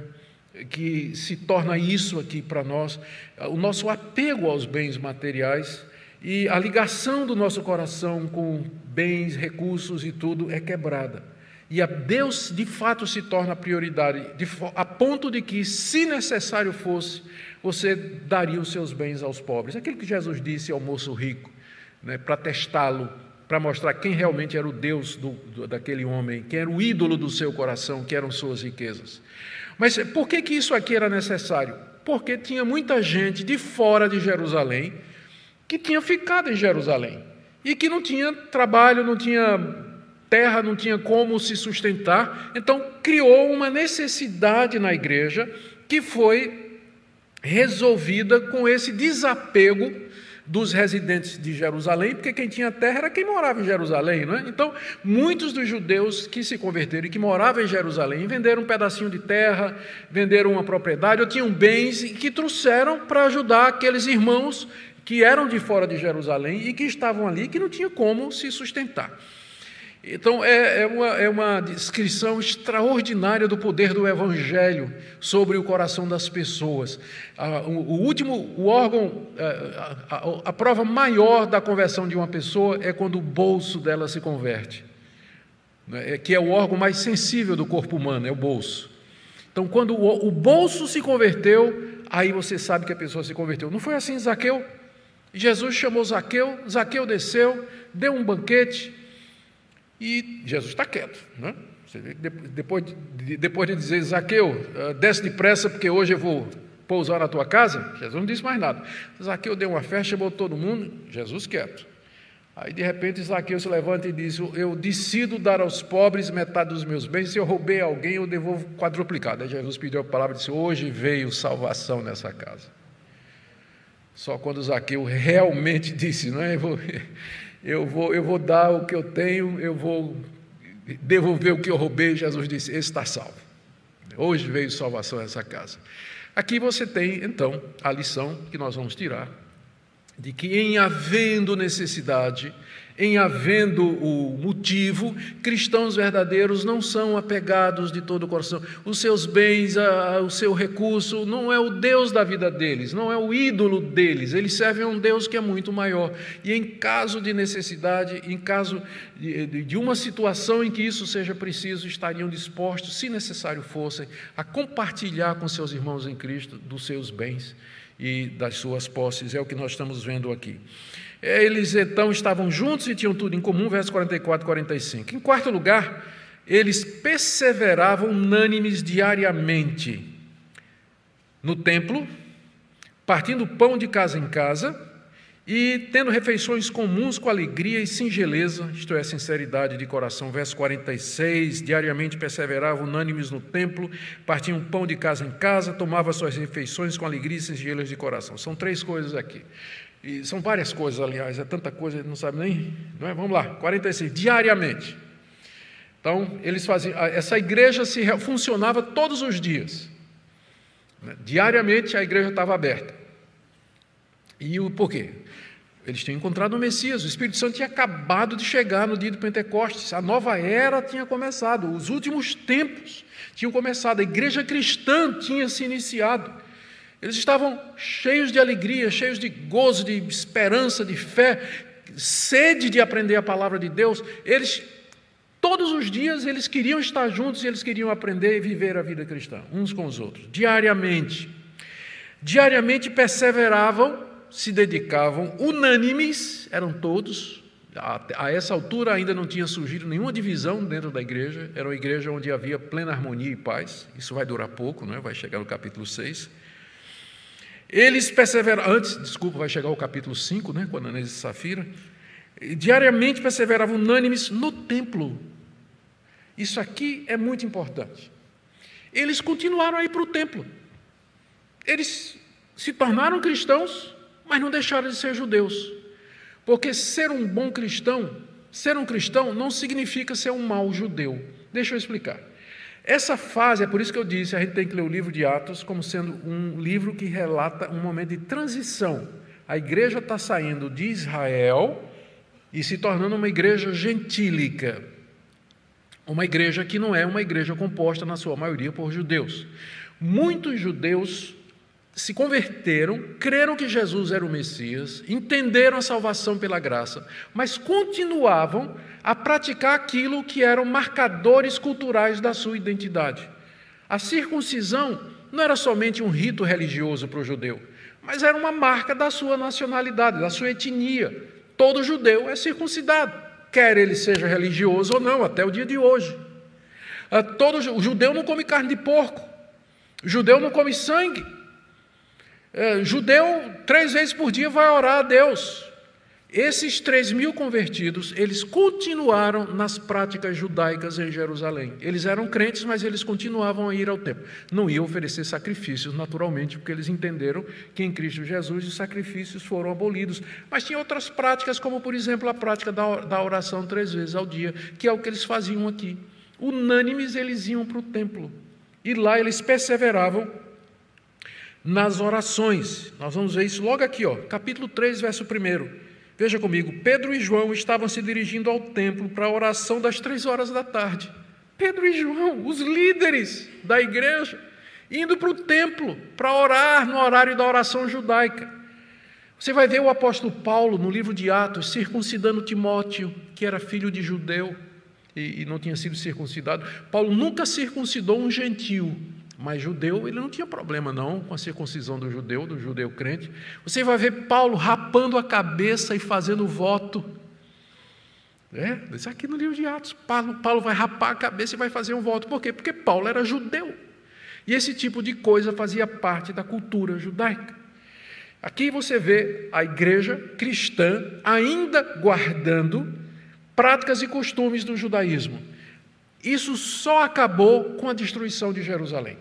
que se torna isso aqui para nós, o nosso apego aos bens materiais e a ligação do nosso coração com bens, recursos e tudo é quebrada. E a Deus, de fato, se torna a prioridade, de, a ponto de que, se necessário fosse, você daria os seus bens aos pobres. Aquilo que Jesus disse ao moço rico, né, para testá-lo, para mostrar quem realmente era o Deus do, do, daquele homem, quem era o ídolo do seu coração, que eram suas riquezas. Mas por que, que isso aqui era necessário? Porque tinha muita gente de fora de Jerusalém que tinha ficado em Jerusalém e que não tinha trabalho, não tinha terra, não tinha como se sustentar. Então, criou uma necessidade na igreja que foi resolvida com esse desapego dos residentes de Jerusalém, porque quem tinha terra era quem morava em Jerusalém, não é? Então, muitos dos judeus que se converteram e que moravam em Jerusalém venderam um pedacinho de terra, venderam uma propriedade, ou tinham bens e que trouxeram para ajudar aqueles irmãos que eram de fora de Jerusalém e que estavam ali, que não tinha como se sustentar. Então, é, é, uma, é uma descrição extraordinária do poder do Evangelho sobre o coração das pessoas. Ah, o, o último, o órgão, a, a, a prova maior da conversão de uma pessoa é quando o bolso dela se converte, né, que é o órgão mais sensível do corpo humano, é o bolso. Então, quando o, o bolso se converteu, aí você sabe que a pessoa se converteu. Não foi assim, Zaqueu? Jesus chamou Zaqueu, Zaqueu desceu, deu um banquete, e Jesus está quieto, né? Você vê que depois de, depois de dizer, Zaqueu, desce depressa porque hoje eu vou pousar na tua casa, Jesus não disse mais nada. Zaqueu deu uma festa, chamou todo mundo, Jesus quieto. Aí de repente Zaqueu se levanta e diz, eu decido dar aos pobres metade dos meus bens, se eu roubei alguém eu devolvo quadruplicado. Aí Jesus pediu a palavra e disse, hoje veio salvação nessa casa. Só quando Zaqueu realmente disse, não é? Eu vou, eu vou, eu vou dar o que eu tenho, eu vou devolver o que eu roubei, Jesus disse, esse está salvo. Hoje veio salvação nessa casa. Aqui você tem, então, a lição que nós vamos tirar, de que em havendo necessidade, em havendo o motivo, cristãos verdadeiros não são apegados de todo o coração. Os seus bens, a, o seu recurso, não é o Deus da vida deles, não é o ídolo deles. Eles servem a um Deus que é muito maior. E em caso de necessidade, em caso de, de uma situação em que isso seja preciso, estariam dispostos, se necessário fossem, a compartilhar com seus irmãos em Cristo dos seus bens e das suas posses. É o que nós estamos vendo aqui. Eles então estavam juntos e tinham tudo em comum, versos quarenta e quatro e quarenta e cinco. Em quarto lugar, eles perseveravam unânimes diariamente no templo, partindo pão de casa em casa e tendo refeições comuns com alegria e singeleza, isto é, sinceridade de coração. Verso quarenta e seis, diariamente perseveravam unânimes no templo, partiam pão de casa em casa, tomavam suas refeições com alegria e singeleza de coração. São três coisas aqui. E são várias coisas, aliás, é tanta coisa, não sabe nem, não é? Vamos lá, quarenta e seis, diariamente. Então, eles faziam, essa igreja se funcionava todos os dias. Né? Diariamente a igreja estava aberta. E o porquê? Eles tinham encontrado o Messias, o Espírito Santo tinha acabado de chegar no dia do Pentecostes, a nova era tinha começado, os últimos tempos tinham começado, a igreja cristã tinha se iniciado. Eles estavam cheios de alegria, cheios de gozo, de esperança, de fé, sede de aprender a palavra de Deus. Eles, todos os dias, eles queriam estar juntos e eles queriam aprender e viver a vida cristã, uns com os outros, diariamente. Diariamente perseveravam, se dedicavam unânimes, eram todos, a, a essa altura ainda não tinha surgido nenhuma divisão dentro da igreja, era uma igreja onde havia plena harmonia e paz, isso vai durar pouco, não é? Vai chegar no capítulo seis. Eles perseveravam, antes, desculpa, vai chegar o capítulo cinco, né? Com Ananias e Safira, diariamente perseveravam unânimes no templo. Isso aqui é muito importante. Eles continuaram a ir para o templo. Eles se tornaram cristãos, mas não deixaram de ser judeus. Porque ser um bom cristão, ser um cristão não significa ser um mau judeu. Deixa eu explicar. Essa fase, é por isso que eu disse, a gente tem que ler o livro de Atos como sendo um livro que relata um momento de transição. A igreja está saindo de Israel e se tornando uma igreja gentílica. Uma igreja que não é uma igreja composta, na sua maioria, por judeus. Muitos judeus se converteram, creram que Jesus era o Messias, entenderam a salvação pela graça, mas continuavam a praticar aquilo que eram marcadores culturais da sua identidade. A circuncisão não era somente um rito religioso para o judeu, mas era uma marca da sua nacionalidade, da sua etnia. Todo judeu é circuncidado, quer ele seja religioso ou não, até o dia de hoje. Todo, o judeu não come carne de porco, o judeu não come sangue. É, judeu, três vezes por dia, vai orar a Deus. Esses três mil convertidos, eles continuaram nas práticas judaicas em Jerusalém. Eles eram crentes, mas eles continuavam a ir ao templo. Não iam oferecer sacrifícios, naturalmente, porque eles entenderam que em Cristo Jesus os sacrifícios foram abolidos. Mas tinha outras práticas, como, por exemplo, a prática da oração três vezes ao dia, que é o que eles faziam aqui. Unânimes, eles iam para o templo. E lá eles perseveravam nas orações. Nós vamos ver isso logo aqui, ó, capítulo três, verso primeiro. Veja comigo, Pedro e João estavam se dirigindo ao templo para a oração das três horas da tarde. Pedro e João, os líderes da igreja, indo para o templo para orar no horário da oração judaica. Você vai ver o apóstolo Paulo, no livro de Atos, circuncidando Timóteo, que era filho de judeu e, e não tinha sido circuncidado. Paulo nunca circuncidou um gentio, mas judeu, ele não tinha problema não com a circuncisão do judeu, do judeu crente. Você vai ver Paulo rapando a cabeça e fazendo voto. É, isso aqui no livro de Atos. Paulo, Paulo vai rapar a cabeça e vai fazer um voto. Por quê? Porque Paulo era judeu. E esse tipo de coisa fazia parte da cultura judaica. Aqui você vê a igreja cristã ainda guardando práticas e costumes do judaísmo. Isso só acabou com a destruição de Jerusalém.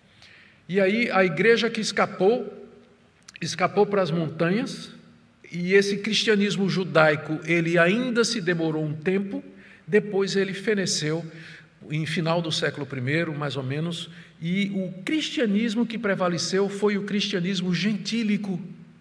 E aí a igreja que escapou, escapou para as montanhas, e esse cristianismo judaico, ele ainda se demorou um tempo, depois ele feneceu, em final do século primeiro, mais ou menos, e o cristianismo que prevaleceu foi o cristianismo gentílico,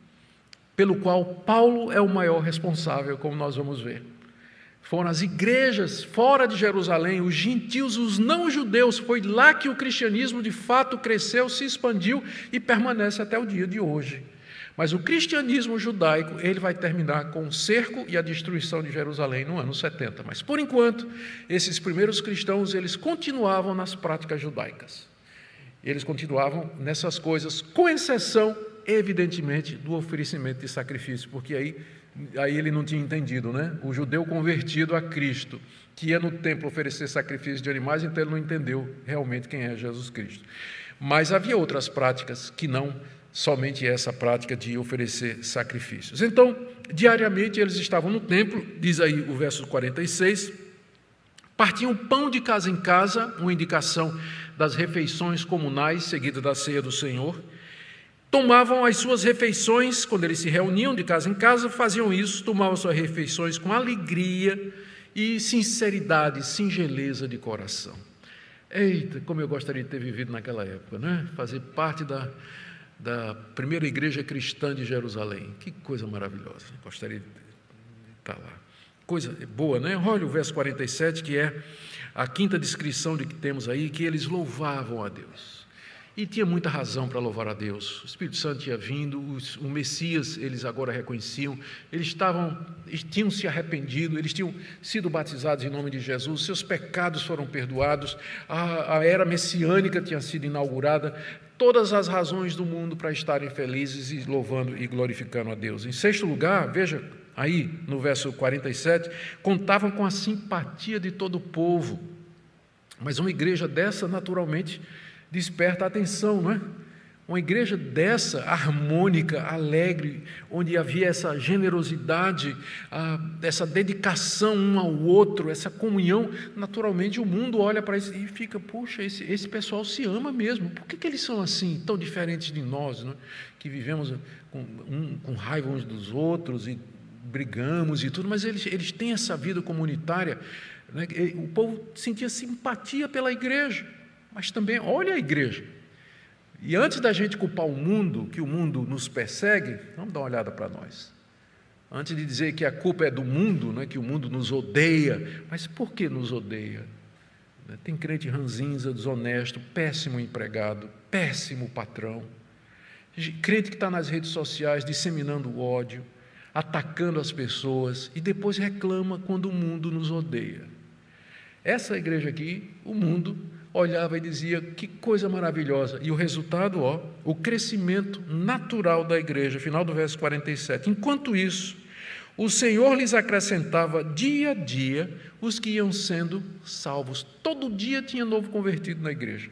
pelo qual Paulo é o maior responsável, como nós vamos ver. Foram as igrejas fora de Jerusalém, os gentios, os não-judeus, foi lá que o cristianismo de fato cresceu, se expandiu e permanece até o dia de hoje. Mas o cristianismo judaico, ele vai terminar com o cerco e a destruição de Jerusalém no ano setenta. Mas, por enquanto, esses primeiros cristãos, eles continuavam nas práticas judaicas. Eles continuavam nessas coisas, com exceção, evidentemente, do oferecimento de sacrifício, porque aí... Aí ele não tinha entendido, né? O judeu convertido a Cristo, que ia no templo oferecer sacrifício de animais, então ele não entendeu realmente quem é Jesus Cristo. Mas havia outras práticas que não somente essa prática de oferecer sacrifícios. Então, diariamente eles estavam no templo, diz aí o verso quarenta e seis, partiam pão de casa em casa, uma indicação das refeições comunais, seguida da ceia do Senhor. Tomavam as suas refeições, quando eles se reuniam de casa em casa, faziam isso, tomavam suas refeições com alegria e sinceridade, singeleza de coração. Eita, como eu gostaria de ter vivido naquela época, né? Fazer parte da, da primeira igreja cristã de Jerusalém. Que coisa maravilhosa, gostaria de estar lá. Coisa boa, né? Olha o verso quarenta e sete, que é a quinta descrição de que temos aí, que eles louvavam a Deus. E tinha muita razão para louvar a Deus. O Espírito Santo tinha vindo, os, o Messias eles agora reconheciam, eles estavam, eles tinham se arrependido, eles tinham sido batizados em nome de Jesus, seus pecados foram perdoados, a, a era messiânica tinha sido inaugurada, todas as razões do mundo para estarem felizes e louvando e glorificando a Deus. Em sexto lugar, veja aí no verso quarenta e sete, contavam com a simpatia de todo o povo. Mas uma igreja dessa, naturalmente, desperta a atenção, não é? Uma igreja dessa, harmônica, alegre, onde havia essa generosidade, ah, essa dedicação um ao outro, essa comunhão, naturalmente o mundo olha para isso e fica, puxa, esse, esse pessoal se ama mesmo, por que, que eles são assim, tão diferentes de nós, não é? Que vivemos com, um, com raiva uns dos outros e brigamos e tudo, mas eles, eles têm essa vida comunitária, né? O povo sentia simpatia pela igreja, mas também, olha a igreja. E antes da gente culpar o mundo, que o mundo nos persegue, vamos dar uma olhada para nós. Antes de dizer que a culpa é do mundo, né, que o mundo nos odeia, mas por que nos odeia? Tem crente ranzinza, desonesto, péssimo empregado, péssimo patrão, crente que está nas redes sociais disseminando ódio, atacando as pessoas e depois reclama quando o mundo nos odeia. Essa igreja aqui, o mundo olhava e dizia, que coisa maravilhosa. E o resultado, ó, o crescimento natural da igreja, final do verso quarenta e sete. Enquanto isso, o Senhor lhes acrescentava dia a dia os que iam sendo salvos. Todo dia tinha novo convertido na igreja.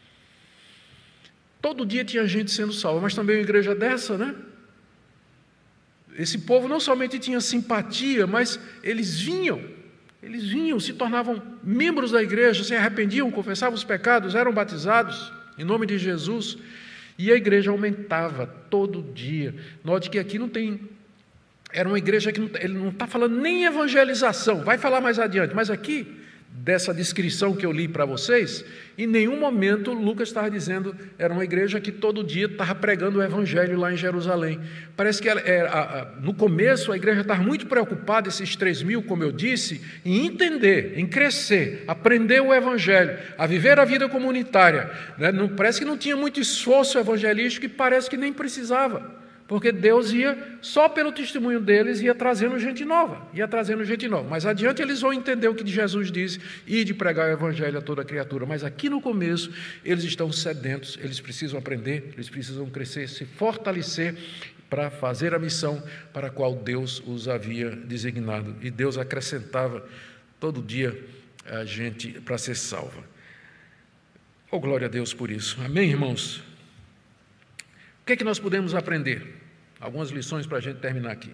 Todo dia tinha gente sendo salva, mas também uma igreja dessa, né? Esse povo não somente tinha simpatia, mas eles vinham. Eles vinham, se tornavam membros da igreja, se arrependiam, confessavam os pecados, eram batizados em nome de Jesus, e a igreja aumentava todo dia. Note que aqui não tem, era uma igreja que não, ele não está falando nem evangelização, vai falar mais adiante, mas aqui, dessa descrição que eu li para vocês, em nenhum momento Lucas estava dizendo, era uma igreja que todo dia estava pregando o evangelho lá em Jerusalém. Parece que ela, é, a, a, no começo a igreja estava muito preocupada, esses três mil, como eu disse, em entender, em crescer, aprender o evangelho, a viver a vida comunitária, né? Não, parece que não tinha muito esforço evangelístico e parece que nem precisava, porque Deus ia, só pelo testemunho deles, ia trazendo gente nova, ia trazendo gente nova. Mas adiante eles vão entender o que Jesus diz, e de pregar o evangelho a toda criatura. Mas aqui no começo, eles estão sedentos, eles precisam aprender, eles precisam crescer, se fortalecer para fazer a missão para a qual Deus os havia designado. E Deus acrescentava todo dia a gente para ser salva. Oh, glória a Deus por isso. Amém, irmãos? O que é que nós podemos aprender? Algumas lições para a gente terminar aqui.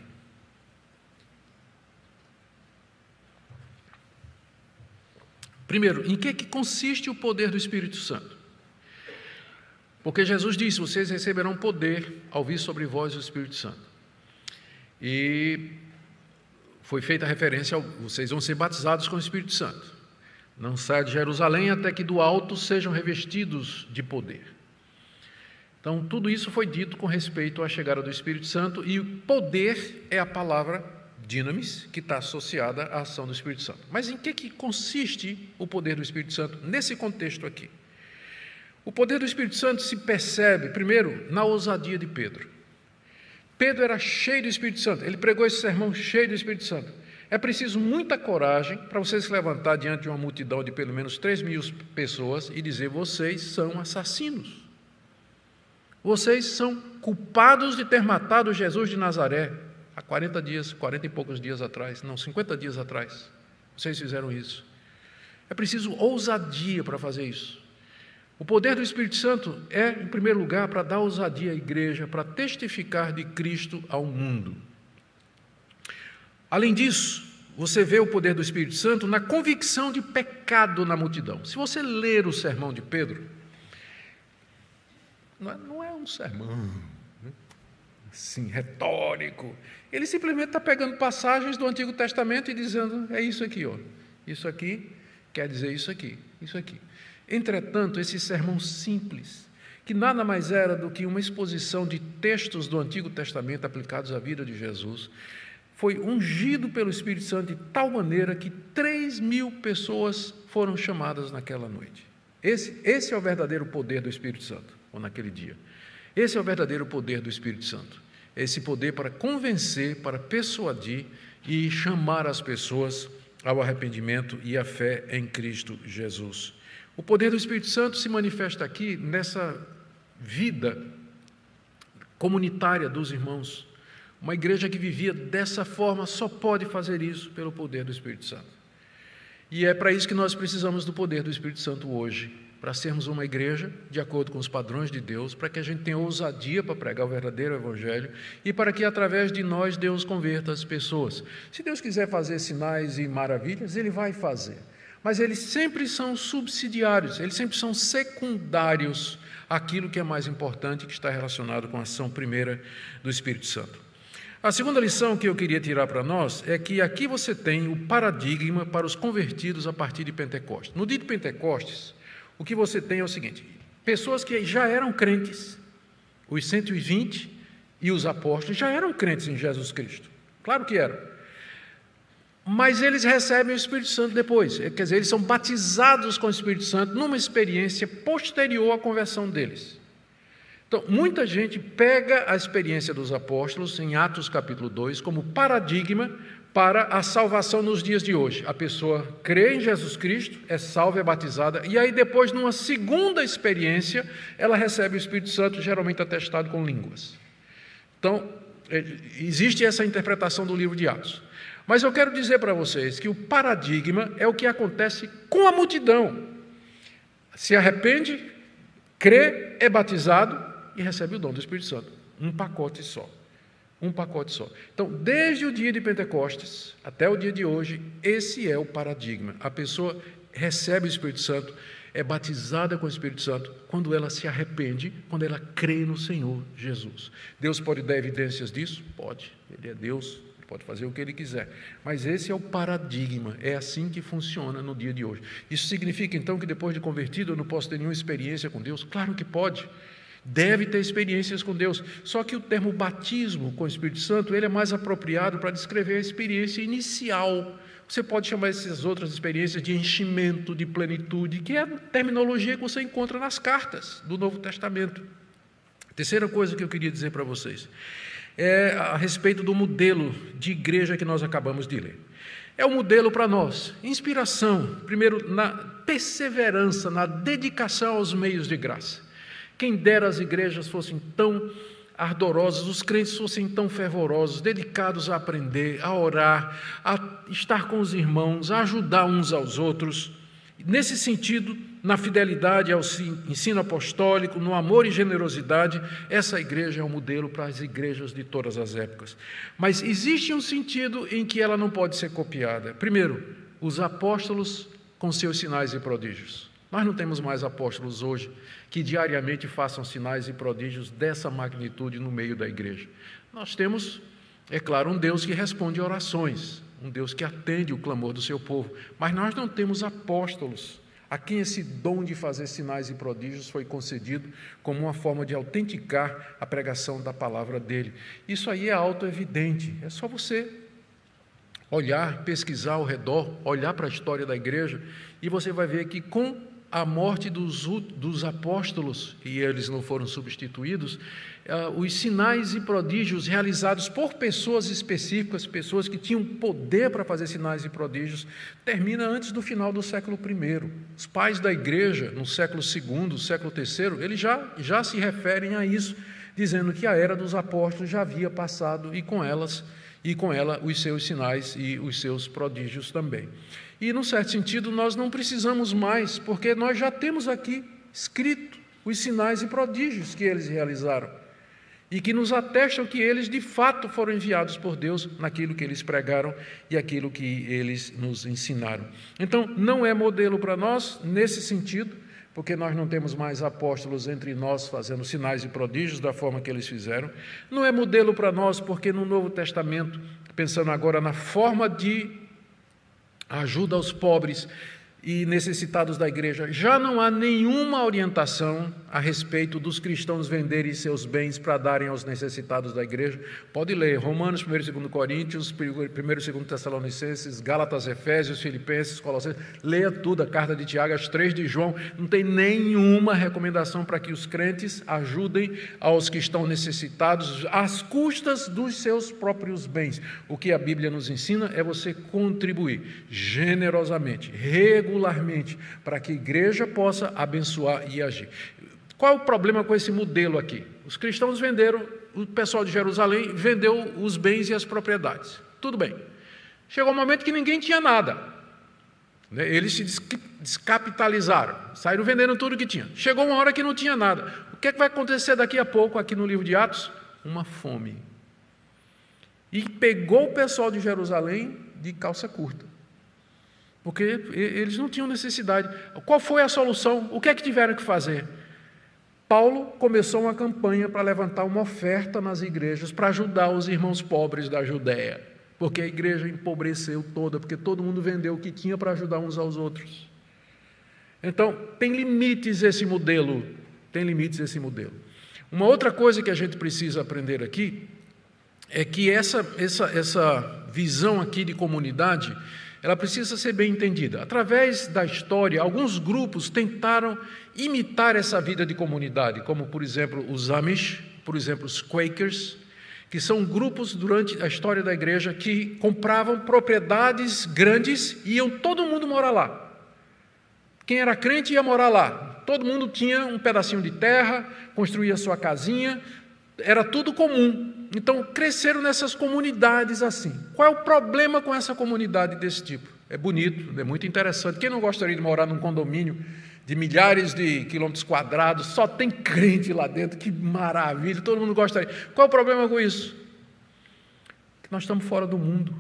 Primeiro, em que, que consiste o poder do Espírito Santo? Porque Jesus disse, vocês receberão poder ao vir sobre vós o Espírito Santo. E foi feita a referência, ao, vocês vão ser batizados com o Espírito Santo. Não saiam de Jerusalém até que do alto sejam revestidos de poder. Então, tudo isso foi dito com respeito à chegada do Espírito Santo, e poder é a palavra dinamis, que está associada à ação do Espírito Santo. Mas em que, que consiste o poder do Espírito Santo nesse contexto aqui? O poder do Espírito Santo se percebe, primeiro, na ousadia de Pedro. Pedro era cheio do Espírito Santo, ele pregou esse sermão cheio do Espírito Santo. É preciso muita coragem para você se levantar diante de uma multidão de pelo menos três mil pessoas e dizer, vocês são assassinos. Vocês são culpados de ter matado Jesus de Nazaré há quarenta dias, quarenta e poucos dias atrás, não, cinquenta dias atrás. Vocês fizeram isso. É preciso ousadia para fazer isso. O poder do Espírito Santo é, em primeiro lugar, para dar ousadia à igreja, para testificar de Cristo ao mundo. Além disso, você vê o poder do Espírito Santo na convicção de pecado na multidão. Se você ler o sermão de Pedro, não é um sermão assim, retórico. Ele simplesmente está pegando passagens do Antigo Testamento e dizendo, é isso aqui, ó. Isso aqui quer dizer isso aqui, isso aqui. Entretanto, esse sermão simples, que nada mais era do que uma exposição de textos do Antigo Testamento aplicados à vida de Jesus, foi ungido pelo Espírito Santo de tal maneira que três mil pessoas foram chamadas naquela noite. Esse, esse é o verdadeiro poder do Espírito Santo, ou naquele dia. Esse é o verdadeiro poder do Espírito Santo. Esse poder para convencer, para persuadir e chamar as pessoas ao arrependimento e à fé em Cristo Jesus. O poder do Espírito Santo se manifesta aqui nessa vida comunitária dos irmãos. Uma igreja que vivia dessa forma só pode fazer isso pelo poder do Espírito Santo. E é para isso que nós precisamos do poder do Espírito Santo hoje, para sermos uma igreja de acordo com os padrões de Deus, para que a gente tenha ousadia para pregar o verdadeiro Evangelho e para que através de nós Deus converta as pessoas. Se Deus quiser fazer sinais e maravilhas, Ele vai fazer. Mas eles sempre são subsidiários, eles sempre são secundários àquilo que é mais importante, que está relacionado com a ação primeira do Espírito Santo. A segunda lição que eu queria tirar para nós é que aqui você tem o paradigma para os convertidos a partir de Pentecostes. No dia de Pentecostes, o que você tem é o seguinte: pessoas que já eram crentes, os cento e vinte e os apóstolos já eram crentes em Jesus Cristo. Claro que eram. Mas eles recebem o Espírito Santo depois. Quer dizer, eles são batizados com o Espírito Santo numa experiência posterior à conversão deles. Então, muita gente pega a experiência dos apóstolos em Atos capítulo dois como paradigma para a salvação nos dias de hoje. A pessoa crê em Jesus Cristo, é salva, é batizada, e aí depois, numa segunda experiência, ela recebe o Espírito Santo, geralmente atestado com línguas. Então, existe essa interpretação do livro de Atos. Mas eu quero dizer para vocês que o paradigma é o que acontece com a multidão. Se arrepende, crê, é batizado e recebe o dom do Espírito Santo. Um pacote só. Um pacote só. Então, desde o dia de Pentecostes até o dia de hoje, esse é o paradigma. A pessoa recebe o Espírito Santo, é batizada com o Espírito Santo quando ela se arrepende, quando ela crê no Senhor Jesus. Deus pode dar evidências disso? Pode. Ele é Deus, ele pode fazer o que Ele quiser. Mas esse é o paradigma, é assim que funciona no dia de hoje. Isso significa, então, que depois de convertido eu não posso ter nenhuma experiência com Deus? Claro que pode. Deve ter experiências com Deus, só que o termo batismo com o Espírito Santo ele é mais apropriado para descrever a experiência inicial. Você pode chamar essas outras experiências de enchimento, de plenitude, que é a terminologia que você encontra nas cartas do Novo Testamento. A terceira coisa que eu queria dizer para vocês é a respeito do modelo de igreja que nós acabamos de ler. É um modelo para nós, inspiração, primeiro na perseverança, na dedicação aos meios de graça. Quem dera as igrejas fossem tão ardorosas, os crentes fossem tão fervorosos, dedicados a aprender, a orar, a estar com os irmãos, a ajudar uns aos outros. Nesse sentido, na fidelidade ao ensino apostólico, no amor e generosidade, essa igreja é um modelo para as igrejas de todas as épocas. Mas existe um sentido em que ela não pode ser copiada. Primeiro, os apóstolos com seus sinais e prodígios. Nós não temos mais apóstolos hoje que diariamente façam sinais e prodígios dessa magnitude no meio da igreja. Nós temos, é claro, um Deus que responde orações, um Deus que atende o clamor do seu povo, mas nós não temos apóstolos a quem esse dom de fazer sinais e prodígios foi concedido como uma forma de autenticar a pregação da palavra dele. Isso aí é autoevidente, é só você olhar, pesquisar ao redor, olhar para a história da igreja e você vai ver que com a morte dos, dos apóstolos, e eles não foram substituídos, uh, os sinais e prodígios realizados por pessoas específicas, pessoas que tinham poder para fazer sinais e prodígios, termina antes do final do século primeiro. Os pais da igreja, no século segundo, século terceiro, eles já, já se referem a isso, dizendo que a era dos apóstolos já havia passado e com elas e com ela os seus sinais e os seus prodígios também. E, num certo sentido, nós não precisamos mais, porque nós já temos aqui escrito os sinais e prodígios que eles realizaram e que nos atestam que eles, de fato, foram enviados por Deus naquilo que eles pregaram e aquilo que eles nos ensinaram. Então, não é modelo para nós nesse sentido, porque nós não temos mais apóstolos entre nós fazendo sinais e prodígios da forma que eles fizeram. Não é modelo para nós, porque no Novo Testamento, pensando agora na forma de ajuda aos pobres e necessitados da igreja, já não há nenhuma orientação a respeito dos cristãos venderem seus bens para darem aos necessitados da igreja. Pode ler Romanos, primeiro e segundo Coríntios, primeiro e segundo Tessalonicenses, Gálatas, Efésios, Filipenses, Colossenses, leia tudo, a carta de Tiago, as três de João, não tem nenhuma recomendação para que os crentes ajudem aos que estão necessitados às custas dos seus próprios bens. O que a Bíblia nos ensina é você contribuir generosamente, regularmente, para que a igreja possa abençoar e agir. Qual é o problema com esse modelo aqui? Os cristãos venderam, o pessoal de Jerusalém vendeu os bens e as propriedades. Tudo bem. Chegou um momento que ninguém tinha nada. Eles se descapitalizaram, saíram vendendo tudo que tinha. Chegou uma hora que não tinha nada. O que é que vai acontecer daqui a pouco aqui no livro de Atos? Uma fome. E pegou o pessoal de Jerusalém de calça curta. Porque eles não tinham necessidade. Qual foi a solução? O que é que tiveram que fazer? Paulo começou uma campanha para levantar uma oferta nas igrejas para ajudar os irmãos pobres da Judéia. Porque a igreja empobreceu toda, porque todo mundo vendeu o que tinha para ajudar uns aos outros. Então, tem limites esse modelo, tem limites esse modelo. Uma outra coisa que a gente precisa aprender aqui é que essa, essa, essa visão aqui de comunidade, ela precisa ser bem entendida. Através da história, alguns grupos tentaram imitar essa vida de comunidade, como, por exemplo, os Amish, por exemplo, os Quakers, que são grupos durante a história da igreja que compravam propriedades grandes e iam todo mundo morar lá. Quem era crente ia morar lá. Todo mundo tinha um pedacinho de terra, construía sua casinha, era tudo comum. Então, cresceram nessas comunidades assim. Qual é o problema com essa comunidade desse tipo? É bonito, é muito interessante. Quem não gostaria de morar num condomínio de milhares de quilômetros quadrados, só tem crente lá dentro, que maravilha, todo mundo gostaria. Qual é o problema com isso? Que nós estamos fora do mundo.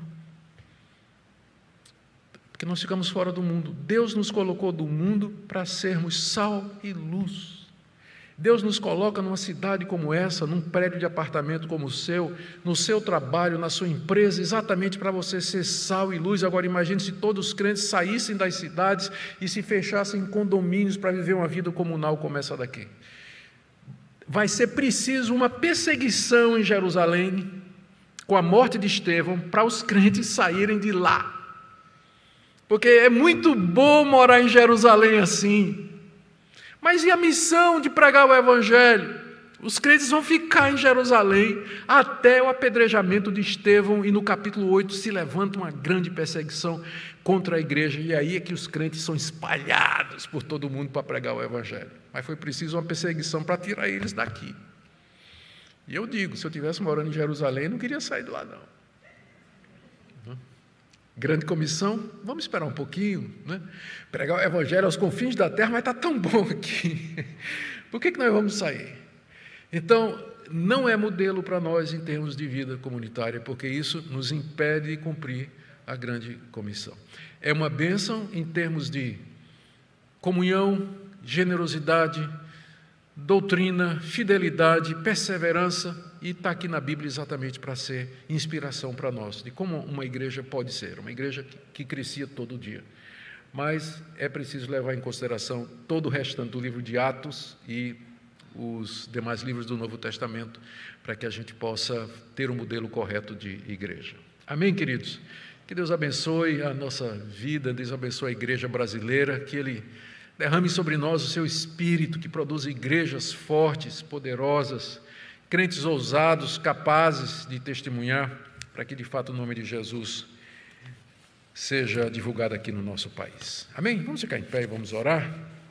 Porque nós ficamos fora do mundo. Deus nos colocou do mundo para sermos sal e luz. Deus nos coloca numa cidade como essa, num prédio de apartamento como o seu, no seu trabalho, na sua empresa, exatamente para você ser sal e luz. Agora imagine se todos os crentes saíssem das cidades e se fechassem em condomínios para viver uma vida comunal como essa daqui. Vai ser preciso uma perseguição em Jerusalém, com a morte de Estevão, para os crentes saírem de lá. Porque é muito bom morar em Jerusalém assim. Mas e a missão de pregar o Evangelho? Os crentes vão ficar em Jerusalém até o apedrejamento de Estevão, e no capítulo oito se levanta uma grande perseguição contra a igreja, e aí é que os crentes são espalhados por todo mundo para pregar o Evangelho. Mas foi preciso uma perseguição para tirar eles daqui. E eu digo, se eu estivesse morando em Jerusalém, eu não queria sair de lá, não. Grande comissão, vamos esperar um pouquinho, né? Pregar o Evangelho aos confins da terra, mas está tão bom aqui. Por que que nós vamos sair? Então, não é modelo para nós em termos de vida comunitária, porque isso nos impede de cumprir a grande comissão. É uma bênção em termos de comunhão, generosidade, doutrina, fidelidade, perseverança, e está aqui na Bíblia exatamente para ser inspiração para nós, de como uma igreja pode ser, uma igreja que, que crescia todo dia. Mas é preciso levar em consideração todo o restante do livro de Atos e os demais livros do Novo Testamento, para que a gente possa ter um modelo correto de igreja. Amém, queridos? Que Deus abençoe a nossa vida, Deus abençoe a igreja brasileira, que Ele derrame sobre nós o seu Espírito, que produza igrejas fortes, poderosas, crentes ousados, capazes de testemunhar, para que de fato o nome de Jesus seja divulgado aqui no nosso país. Amém? Vamos ficar em pé e vamos orar.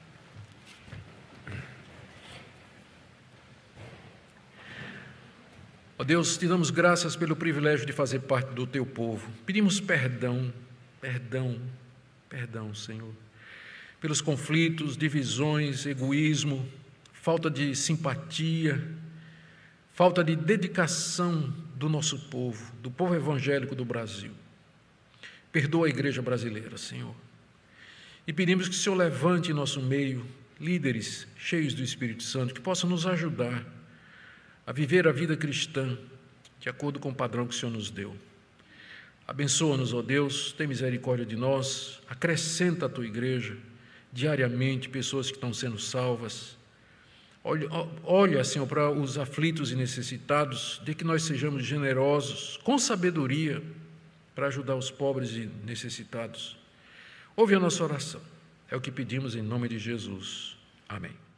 Ó Deus, te damos graças pelo privilégio de fazer parte do teu povo. Pedimos perdão, perdão, perdão, Senhor, pelos conflitos, divisões, egoísmo, falta de simpatia, falta de dedicação do nosso povo, do povo evangélico do Brasil. Perdoa a igreja brasileira, Senhor. E pedimos que o Senhor levante em nosso meio líderes cheios do Espírito Santo, que possam nos ajudar a viver a vida cristã de acordo com o padrão que o Senhor nos deu. Abençoa-nos, ó Deus, tem misericórdia de nós, acrescenta a tua igreja diariamente pessoas que estão sendo salvas. Olha, olha, Senhor, para os aflitos e necessitados, de que nós sejamos generosos, com sabedoria, para ajudar os pobres e necessitados. Ouve a nossa oração. É o que pedimos em nome de Jesus. Amém.